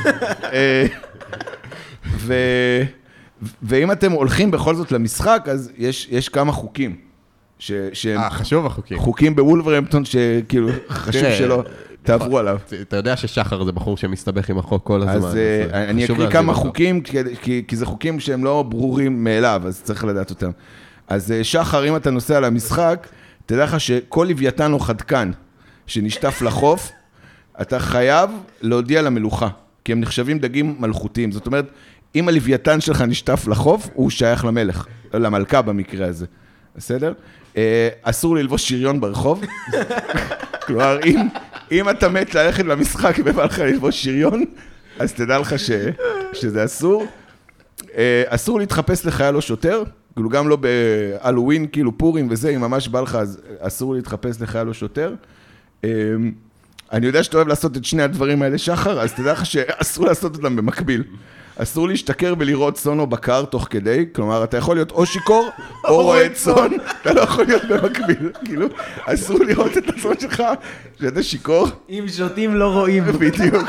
ו... ואם אתם הולכים בכל זאת למשחק, אז יש, יש כמה חוקים. ש, שהם אה, חשוב החוקים. חוקים בוולברהמפטון שכאילו חשוב שלא תעברו עליו. אתה יודע ששחר זה בחור שמסתבך עם החוק כל הזמן. אז אני אקריא כמה חוקים, כי, כי זה חוקים שהם לא ברורים מאליו, אז צריך לדעת אותם. אז שחר, אם אתה נוסע למשחק, תדע לך שכל לוויתן או חדקן שנשטף לחוף, אתה חייב להודיע למלוכה, כי הם נחשבים דגים מלכותיים. זאת אומרת, אם הלוויתן שלך נשטף לחוף, הוא שייך למלך, למלכה במקרה הזה. בסדר? אסור ללבוש שריון ברחוב. כלומר, אם, אם אתה מת ללכת למשחק ובא לך ללבוש שריון, אז תדע לך ש, שזה אסור. אסור להתחפש לחייל או שוטר, כאילו גם לא בהלווין, כאילו פורים וזה, אם ממש בא לך, אז אסור להתחפש לחייל או שוטר. אני יודע שאתה אוהב לעשות את שני הדברים האלה שחר, אז תדע לך שאסור לעשות אותם במקביל. אסור להשתכר ולראות צאן או בקר תוך כדי, כלומר, אתה יכול להיות או שיקור או רואה צאן, אתה לא יכול להיות במקביל, כאילו, אסור לראות את הצאן שלך, שאתה שיקור. אם שותים לא רואים. בדיוק.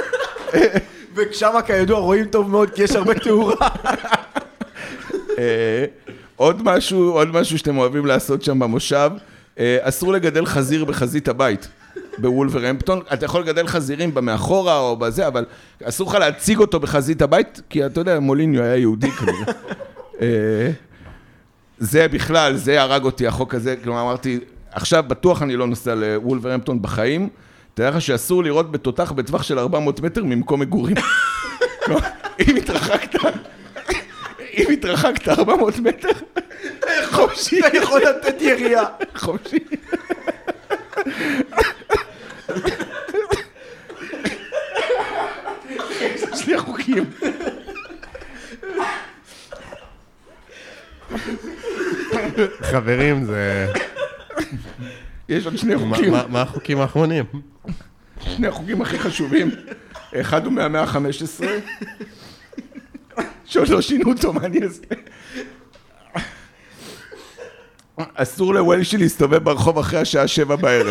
וכשמה כידוע רואים טוב מאוד, כי יש הרבה תאורה. עוד משהו, עוד משהו שאתם אוהבים לעשות שם במושב, אסור לגדל חזיר בחזית הבית. בוולברהמפטון, אתה יכול לגדל חזירים במאחורה או בזה, אבל אסור לך להציג אותו בחזית הבית, כי אתה יודע, מוליניו היה יהודי כנראה. זה בכלל, זה הרג אותי, החוק הזה, כלומר אמרתי, עכשיו בטוח אני לא נוסע לוולברהמפטון בחיים, תראה לך שאסור לראות בתותח בטווח של ארבע מאות מטר ממקום מגורים. אם התרחקת, אם התרחקת ארבע מאות מטר, חופשי. אתה יכול לתת ירייה. חופשי. יש לי החוקים. חברים, זה... יש עוד שני חוקים. מה החוקים האחרונים? שני החוקים הכי חשובים. אחד הוא מהמאה ה-חמש עשרה. שעוד לא שינו אותו, מה אני אעשה? אסור לוולשי להסתובב ברחוב אחרי השעה שבע בערב.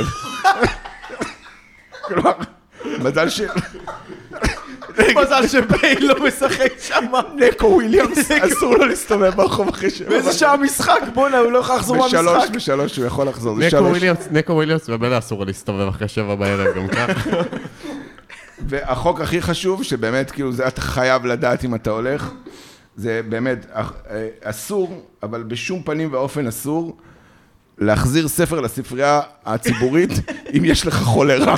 כלומר, מזל ש... מזל שבייל לא משחק שם. נקו וויליאמס, אסור לו להסתובב ברחוב אחרי שבע. באיזה שעה משחק? בוא'נה, הוא לא יכול לחזור מהמשחק. בשלוש, בשלוש, הוא יכול לחזור. נקו וויליאמס ובלה אסור לו להסתובב אחרי שבע בערב, גם כך. והחוק הכי חשוב, שבאמת, כאילו, זה אתה חייב לדעת אם אתה הולך, זה באמת אסור, אבל בשום פנים ואופן אסור, להחזיר ספר לספרייה הציבורית, אם יש לך חולרה.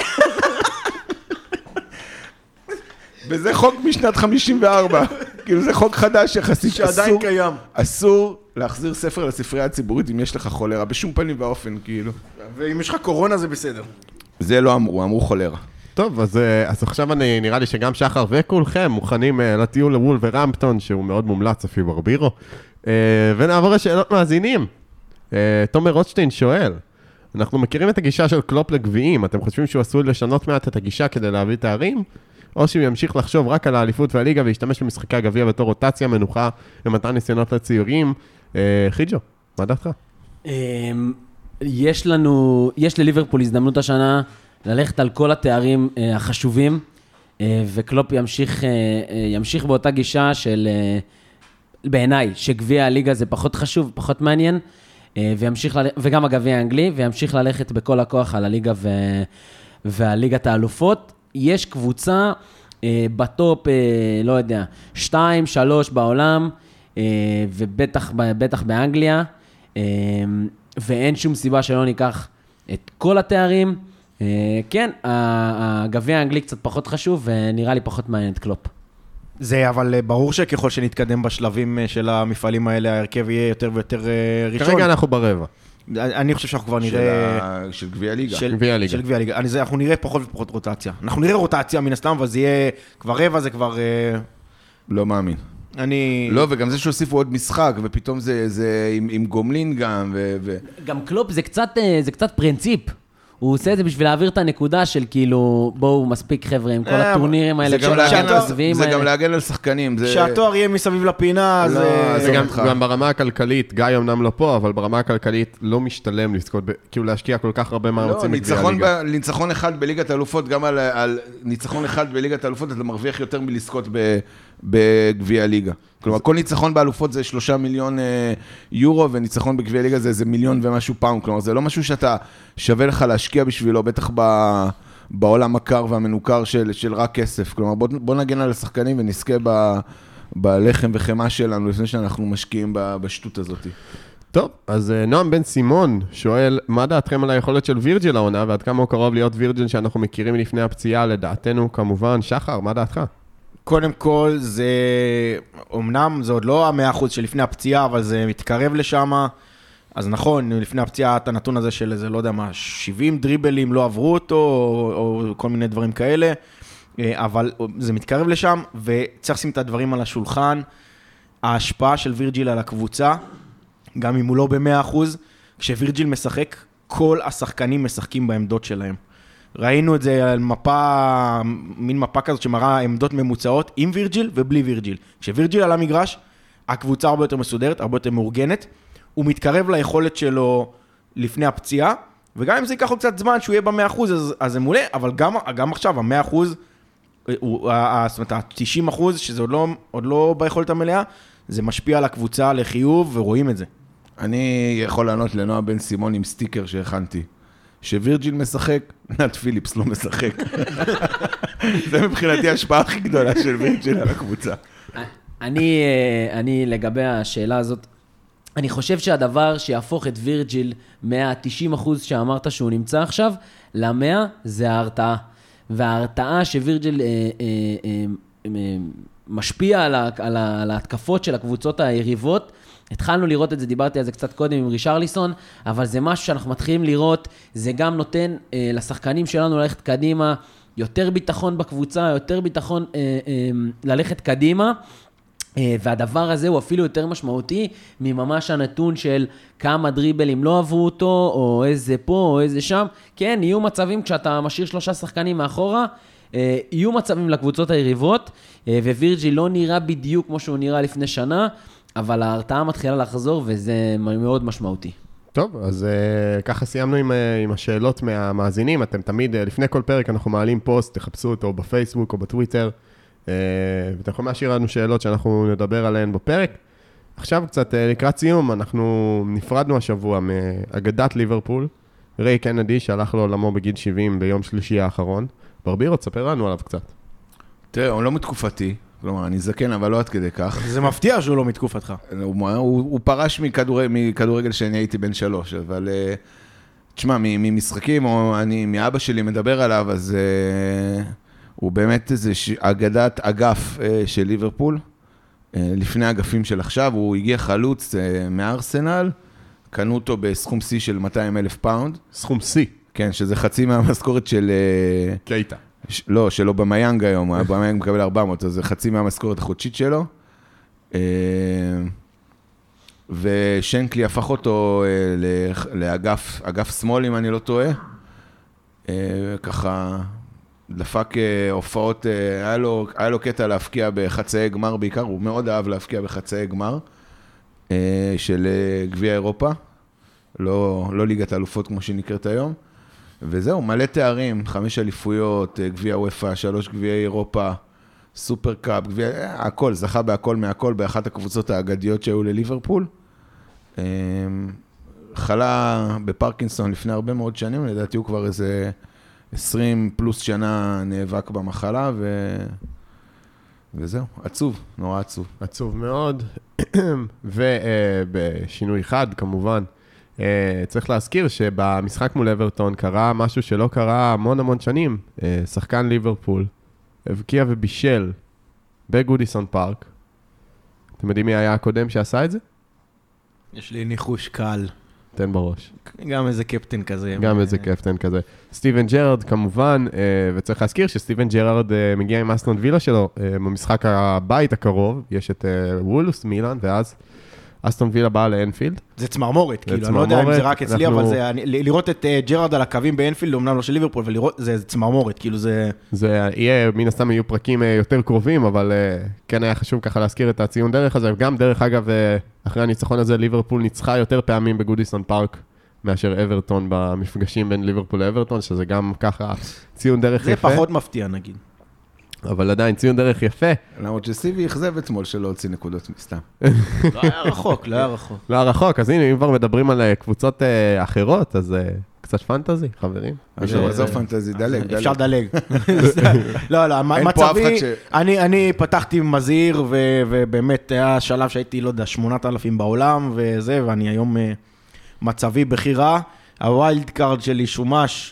וזה חוק משנת חמישים וארבע, כאילו זה חוק חדש יחסית, שעדיין קיים. אסור להחזיר ספר לספרייה הציבורית אם יש לך חולרה, בשום פנים ואופן, כאילו. ואם יש לך קורונה זה בסדר. זה לא אמרו, אמרו חולרה. טוב, אז, אז עכשיו אני, נראה לי שגם שחר וכולכם מוכנים uh, לטיול לוולברהמפטון, שהוא מאוד מומלץ אפילו ברבירו. Uh, ונעבור לשאלות מאזינים. Uh, תומר רוטשטיין שואל, אנחנו מכירים את הגישה של קלופ לגביעים, אתם חושבים שהוא עשוי לשנות מעט את הגישה כדי להביא תארים? או שהוא ימשיך לחשוב רק על האליפות והליגה וישתמש במשחקי הגביע בתור רוטציה מנוחה ומתן ניסיונות לצעירים? Uh, חיג'ו, מה דעתך? Um, יש לנו, יש לליברפול הזדמנות השנה ללכת על כל התארים uh, החשובים, uh, וקלופ ימשיך, uh, uh, ימשיך באותה גישה של, uh, בעיניי, שגביע הליגה זה פחות חשוב, פחות מעניין, uh, וימשיך ל... וגם הגביע האנגלי, וימשיך ללכת בכל הכוח על הליגה ו... והליגת האלופות. יש קבוצה uh, בטופ, uh, לא יודע, שתיים, שלוש בעולם, uh, ובטח בטח באנגליה, uh, ואין שום סיבה שלא ניקח את כל התארים. כן, הגביע האנגלי קצת פחות חשוב, ונראה לי פחות מעניין את קלופ. זה אבל ברור שככל שנתקדם בשלבים של המפעלים האלה, ההרכב יהיה יותר ויותר ראשון. כרגע אנחנו ברבע. אני חושב שאנחנו כבר נראה... של גביע הליגה. של גביע הליגה. אנחנו נראה פחות ופחות רוטציה. אנחנו נראה רוטציה מן הסתם, אבל זה יהיה כבר רבע, זה כבר... לא מאמין. אני... לא, וגם זה שהוסיפו עוד משחק, ופתאום זה עם גומלין גם, ו... גם קלופ זה קצת פרינציפ. הוא עושה את זה בשביל להעביר את הנקודה של כאילו, בואו מספיק חבר'ה עם כל הטורנירים האלה. זה גם להגן על שחקנים. שהתואר יהיה מסביב לפינה, זה גם ברמה הכלכלית, גיא אמנם לא פה, אבל ברמה הכלכלית לא משתלם לזכות, כאילו להשקיע כל כך הרבה מאמצים בגביע הליגה. ניצחון אחד בליגת האלופות, גם על ניצחון אחד בליגת האלופות, אתה מרוויח יותר מלזכות בגביע הליגה. כלומר, כל ניצחון באלופות זה שלושה מיליון יורו, וניצחון בגביע הליגה זה איזה מיליון ומשהו פאונד. כלומר, זה לא משהו שאתה שווה לך להשקיע בשבילו, בטח בעולם הקר והמנוכר של, של רק כסף. כלומר, בוא, בוא נגן על השחקנים ונזכה ב, בלחם וחמה שלנו, לפני שאנחנו משקיעים בשטות הזאת. טוב, אז נועם בן סימון שואל, מה דעתכם על היכולת של וירג'יל העונה, ועד כמה הוא קרוב להיות וירג'יל שאנחנו מכירים לפני הפציעה? לדעתנו, כמובן. שחר, מה דעתך? קודם כל, זה, אמנם זה עוד לא המאה אחוז שלפני הפציעה, אבל זה מתקרב לשם. אז נכון, לפני הפציעה, את הנתון הזה של איזה, לא יודע מה, שבעים דריבלים לא עברו אותו, או, או כל מיני דברים כאלה, אבל זה מתקרב לשם, וצריך לשים את הדברים על השולחן. ההשפעה של וירג'יל על הקבוצה, גם אם הוא לא ב-מאה אחוז, כשווירג'יל משחק, כל השחקנים משחקים בעמדות שלהם. ראינו את זה על מפה, מין מפה כזאת שמראה עמדות ממוצעות עם וירג'יל ובלי וירג'יל. כשווירג'יל על המגרש, הקבוצה הרבה יותר מסודרת, הרבה יותר מאורגנת, הוא מתקרב ליכולת שלו לפני הפציעה, וגם אם זה ייקח עוד קצת זמן שהוא יהיה ב-מאה אחוז, אז, אז זה מולא, אבל גם, גם עכשיו, ה-מאה אחוז, זאת אומרת, ה-תשעים אחוז, שזה עוד לא, עוד לא ביכולת המלאה, זה משפיע על הקבוצה לחיוב, ורואים את זה. אני יכול לענות לנועה בן סימון עם סטיקר שהכנתי. שווירג'יל משחק, נאט פיליפס לא משחק. זה מבחינתי ההשפעה הכי גדולה של וירג'יל על הקבוצה. אני, אני לגבי השאלה הזאת, אני חושב שהדבר שיהפוך את וירג'יל מה-תשעים אחוז שאמרת שהוא נמצא עכשיו, ל-מאה זה ההרתעה. וההרתעה שווירג'יל אה, אה, אה, משפיע על, ה, על, ה, על ההתקפות של הקבוצות היריבות, התחלנו לראות את זה, דיברתי על זה קצת קודם עם רישרליסון, אבל זה משהו שאנחנו מתחילים לראות, זה גם נותן אה, לשחקנים שלנו ללכת קדימה, יותר ביטחון בקבוצה, יותר ביטחון אה, אה, ללכת קדימה, אה, והדבר הזה הוא אפילו יותר משמעותי, מממש הנתון של כמה דריבלים לא עברו אותו, או איזה פה, או איזה שם. כן, יהיו מצבים כשאתה משאיר שלושה שחקנים מאחורה, אה, יהיו מצבים לקבוצות היריבות, אה, ווירג'יל לא נראה בדיוק כמו שהוא נראה לפני שנה, אבל ההרתעה מתחילה לחזור, וזה מאוד משמעותי. טוב, אז uh, ככה סיימנו עם, uh, עם השאלות מהמאזינים. אתם תמיד, uh, לפני כל פרק, אנחנו מעלים פוסט, תחפשו אותו בפייסבוק או בטוויטר, uh, ואתם יכולים להשאיר לנו שאלות שאנחנו נדבר עליהן בפרק. עכשיו קצת uh, לקראת סיום, אנחנו נפרדנו השבוע מאגדת ליברפול, ריי קנדי, שהלך לו לעולמו בגיל שבעים ביום שלישי האחרון. ברבירו, תספר לנו עליו קצת. תראה, הוא לא מתקופתי. כלומר, אני זקן, אבל לא עד כדי כך. זה מפתיע שהוא לא מתקופתך. הוא, הוא, הוא פרש מכדור, מכדורגל שאני הייתי בן שלוש, אבל תשמע, ממשחקים, או אני, מאבא שלי מדבר עליו, אז uh, הוא באמת איזה אגדת אגף uh, של ליברפול, uh, לפני האגפים של עכשיו, הוא הגיע חלוץ uh, מארסנל, קנו אותו בסכום C של מאתיים אלף פאונד. סכום C. כן, שזה חצי מהמשכורת של... Uh, קייטה. לא, שלו במיינג היום, במיינג מקבל ארבע מאות, אז זה חצי מהמשכורת החודשית שלו. ושנקלי הפך אותו לאגף, אגף שמאל, אם אני לא טועה. ככה דפק הופעות, היה לו, היה לו קטע להפקיע בחצאי גמר בעיקר, הוא מאוד אהב להפקיע בחצאי גמר של גביע אירופה, לא, לא ליגת האלופות כמו שהיא נקראת היום. וזהו, מלא תארים, חמש אליפויות, גביע וופא, שלוש גביעי אירופה, סופר קאפ, גביע, הכל, זכה בהכל מהכל, באחת הקבוצות האגדיות שהיו לליברפול. חלה בפרקינסון לפני הרבה מאוד שנים, לדעתי הוא כבר איזה עשרים פלוס שנה נאבק במחלה, ו... וזהו, עצוב, נורא עצוב. עצוב מאוד, ובשינוי חד כמובן, Uh, צריך להזכיר שבמשחק מול אברטון קרה משהו שלא קרה המון המון שנים. Uh, שחקן ליברפול, הבקיע ובישל בגודיסון פארק. אתם יודעים מי היה הקודם שעשה את זה? יש לי ניחוש קל. תן בראש. גם איזה קפטן כזה. גם איזה קפטן כזה. סטיבן ג'רארד כמובן, uh, וצריך להזכיר שסטיבן ג'רארד uh, מגיע עם אסטון וילה שלו, uh, במשחק הבית הקרוב, יש את uh, וולס מילאן, ואז אסטון וילה באה לאנפילד. זה צמרמורת, כאילו, אני לא יודע אם זה רק אצלי, אבל זה, לראות את ג'רארד על הקווים באנפילד, אומנם לא של ליברפול, ולראות, זה צמרמורת, כאילו זה... זה יהיה, מן הסתם יהיו פרקים יותר קרובים, אבל כן היה חשוב ככה להזכיר את הציון דרך הזה, וגם דרך אגב, אחרי הניצחון הזה, ליברפול ניצחה יותר פעמים בגודיסון פארק, מאשר אברטון במפגשים בין ליברפול לאברטון, שזה גם ככה ציון דרך זה יפה. זה פחות מפתיע, נגיד. אבל עדיין, ציון דרך יפה. למרות שסיבי יחזב אתמול שלא הוציא נקודות מסתם. לא היה רחוק, לא היה רחוק. לא היה רחוק, אז הנה, אם כבר מדברים על קבוצות אחרות, אז קצת פנטזי, חברים. עזוב פנטזי, דלג, דלג. אפשר דלג. לא, לא, מצבי, אני פתחתי מזהיר, ובאמת היה שלב שהייתי, לא יודע, שמונת אלפים בעולם, וזה, ואני היום מצבי בחירה. הווילד קארד שלי שומש,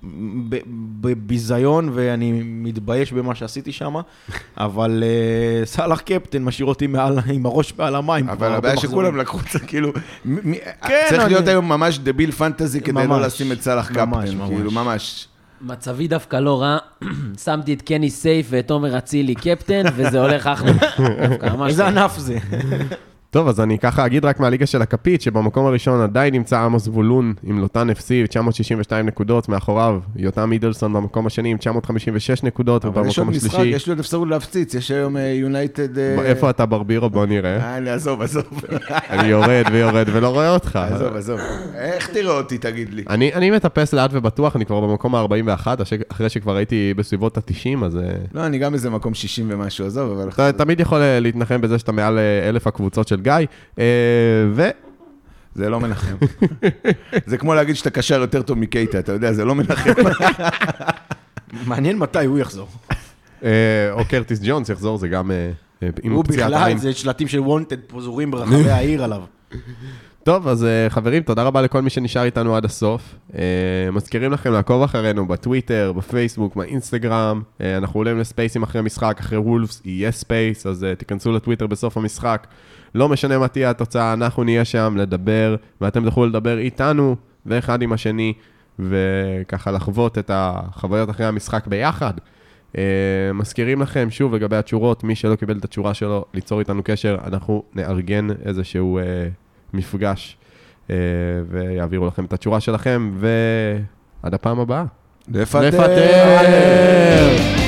בביזיון, ואני מתבייש במה שעשיתי שם, אבל סלח קפטן משאיר אותי עם הראש מעל המים. אבל הבעיה שכולם לקחו את זה, כאילו, צריך להיות היום ממש דביל פנטזי כדי לא לשים את סלח קפטן, כאילו ממש. מצבי דווקא לא רע, שמתי את קני סייף ואת עומר אצילי קפטן, וזה הולך אחלה. איזה ענף זה. טוב, אז אני ככה אגיד רק מהליגה של הקפית, שבמקום הראשון עדיין נמצא עמוס זבולון עם לוטן אף סי, תשע מאות שישים ושתיים נקודות, מאחוריו יותם מידלסון במקום השני עם תשע מאות חמישים ושש נקודות, אבל יש עוד משחק, יש לי עוד אפשרות להפציץ, יש היום יונייטד... איפה אתה ברבירו? בוא נראה. אה, אני עזוב, עזוב. אני יורד ויורד ולא רואה אותך. עזוב, עזוב. איך תראה אותי, תגיד לי? אני מטפס לאט ובטוח, אני כבר במקום ה-ארבעים ואחת, אחרי שכבר הייתי בסביבות ה-תשעים, אז... לא, אני גם איזה מקום שישים ומשהו, עזוב, אבל... אתה תמיד יכול להתנחם בזה שאתה מעל אלף הקבוצות של גיא, ו... זה לא מנחם. זה כמו להגיד שאתה קשר יותר טוב מקייטה, אתה יודע, זה לא מנחם. מעניין מתי הוא יחזור. או קרטיס ג'ונס יחזור, זה גם עם פציעת הוא עין. בכלל, זה שלטים של וונטד פוזורים ברחבי העיר עליו. טוב, אז חברים, תודה רבה לכל מי שנשאר איתנו עד הסוף. מזכירים לכם לעקוב אחרינו בטוויטר, בפייסבוק, באינסטגרם. אנחנו עולים לספייסים אחרי משחק, אחרי וולפס יהיה ספייס, אז תיכנסו לטוויטר בסוף המשחק. לא משנה מה תהיה התוצאה, אנחנו נהיה שם לדבר, ואתם תוכלו לדבר איתנו ואחד עם השני, וככה לחוות את החוויות אחרי המשחק ביחד. מזכירים לכם שוב לגבי התשורות, מי שלא קיבל את התשורה שלו, ליצור איתנו קשר, אנחנו נארגן איזשהו מפגש, ויעבירו לכם את התשורה שלכם, ועד הפעם הבאה. לפטר! לפטר!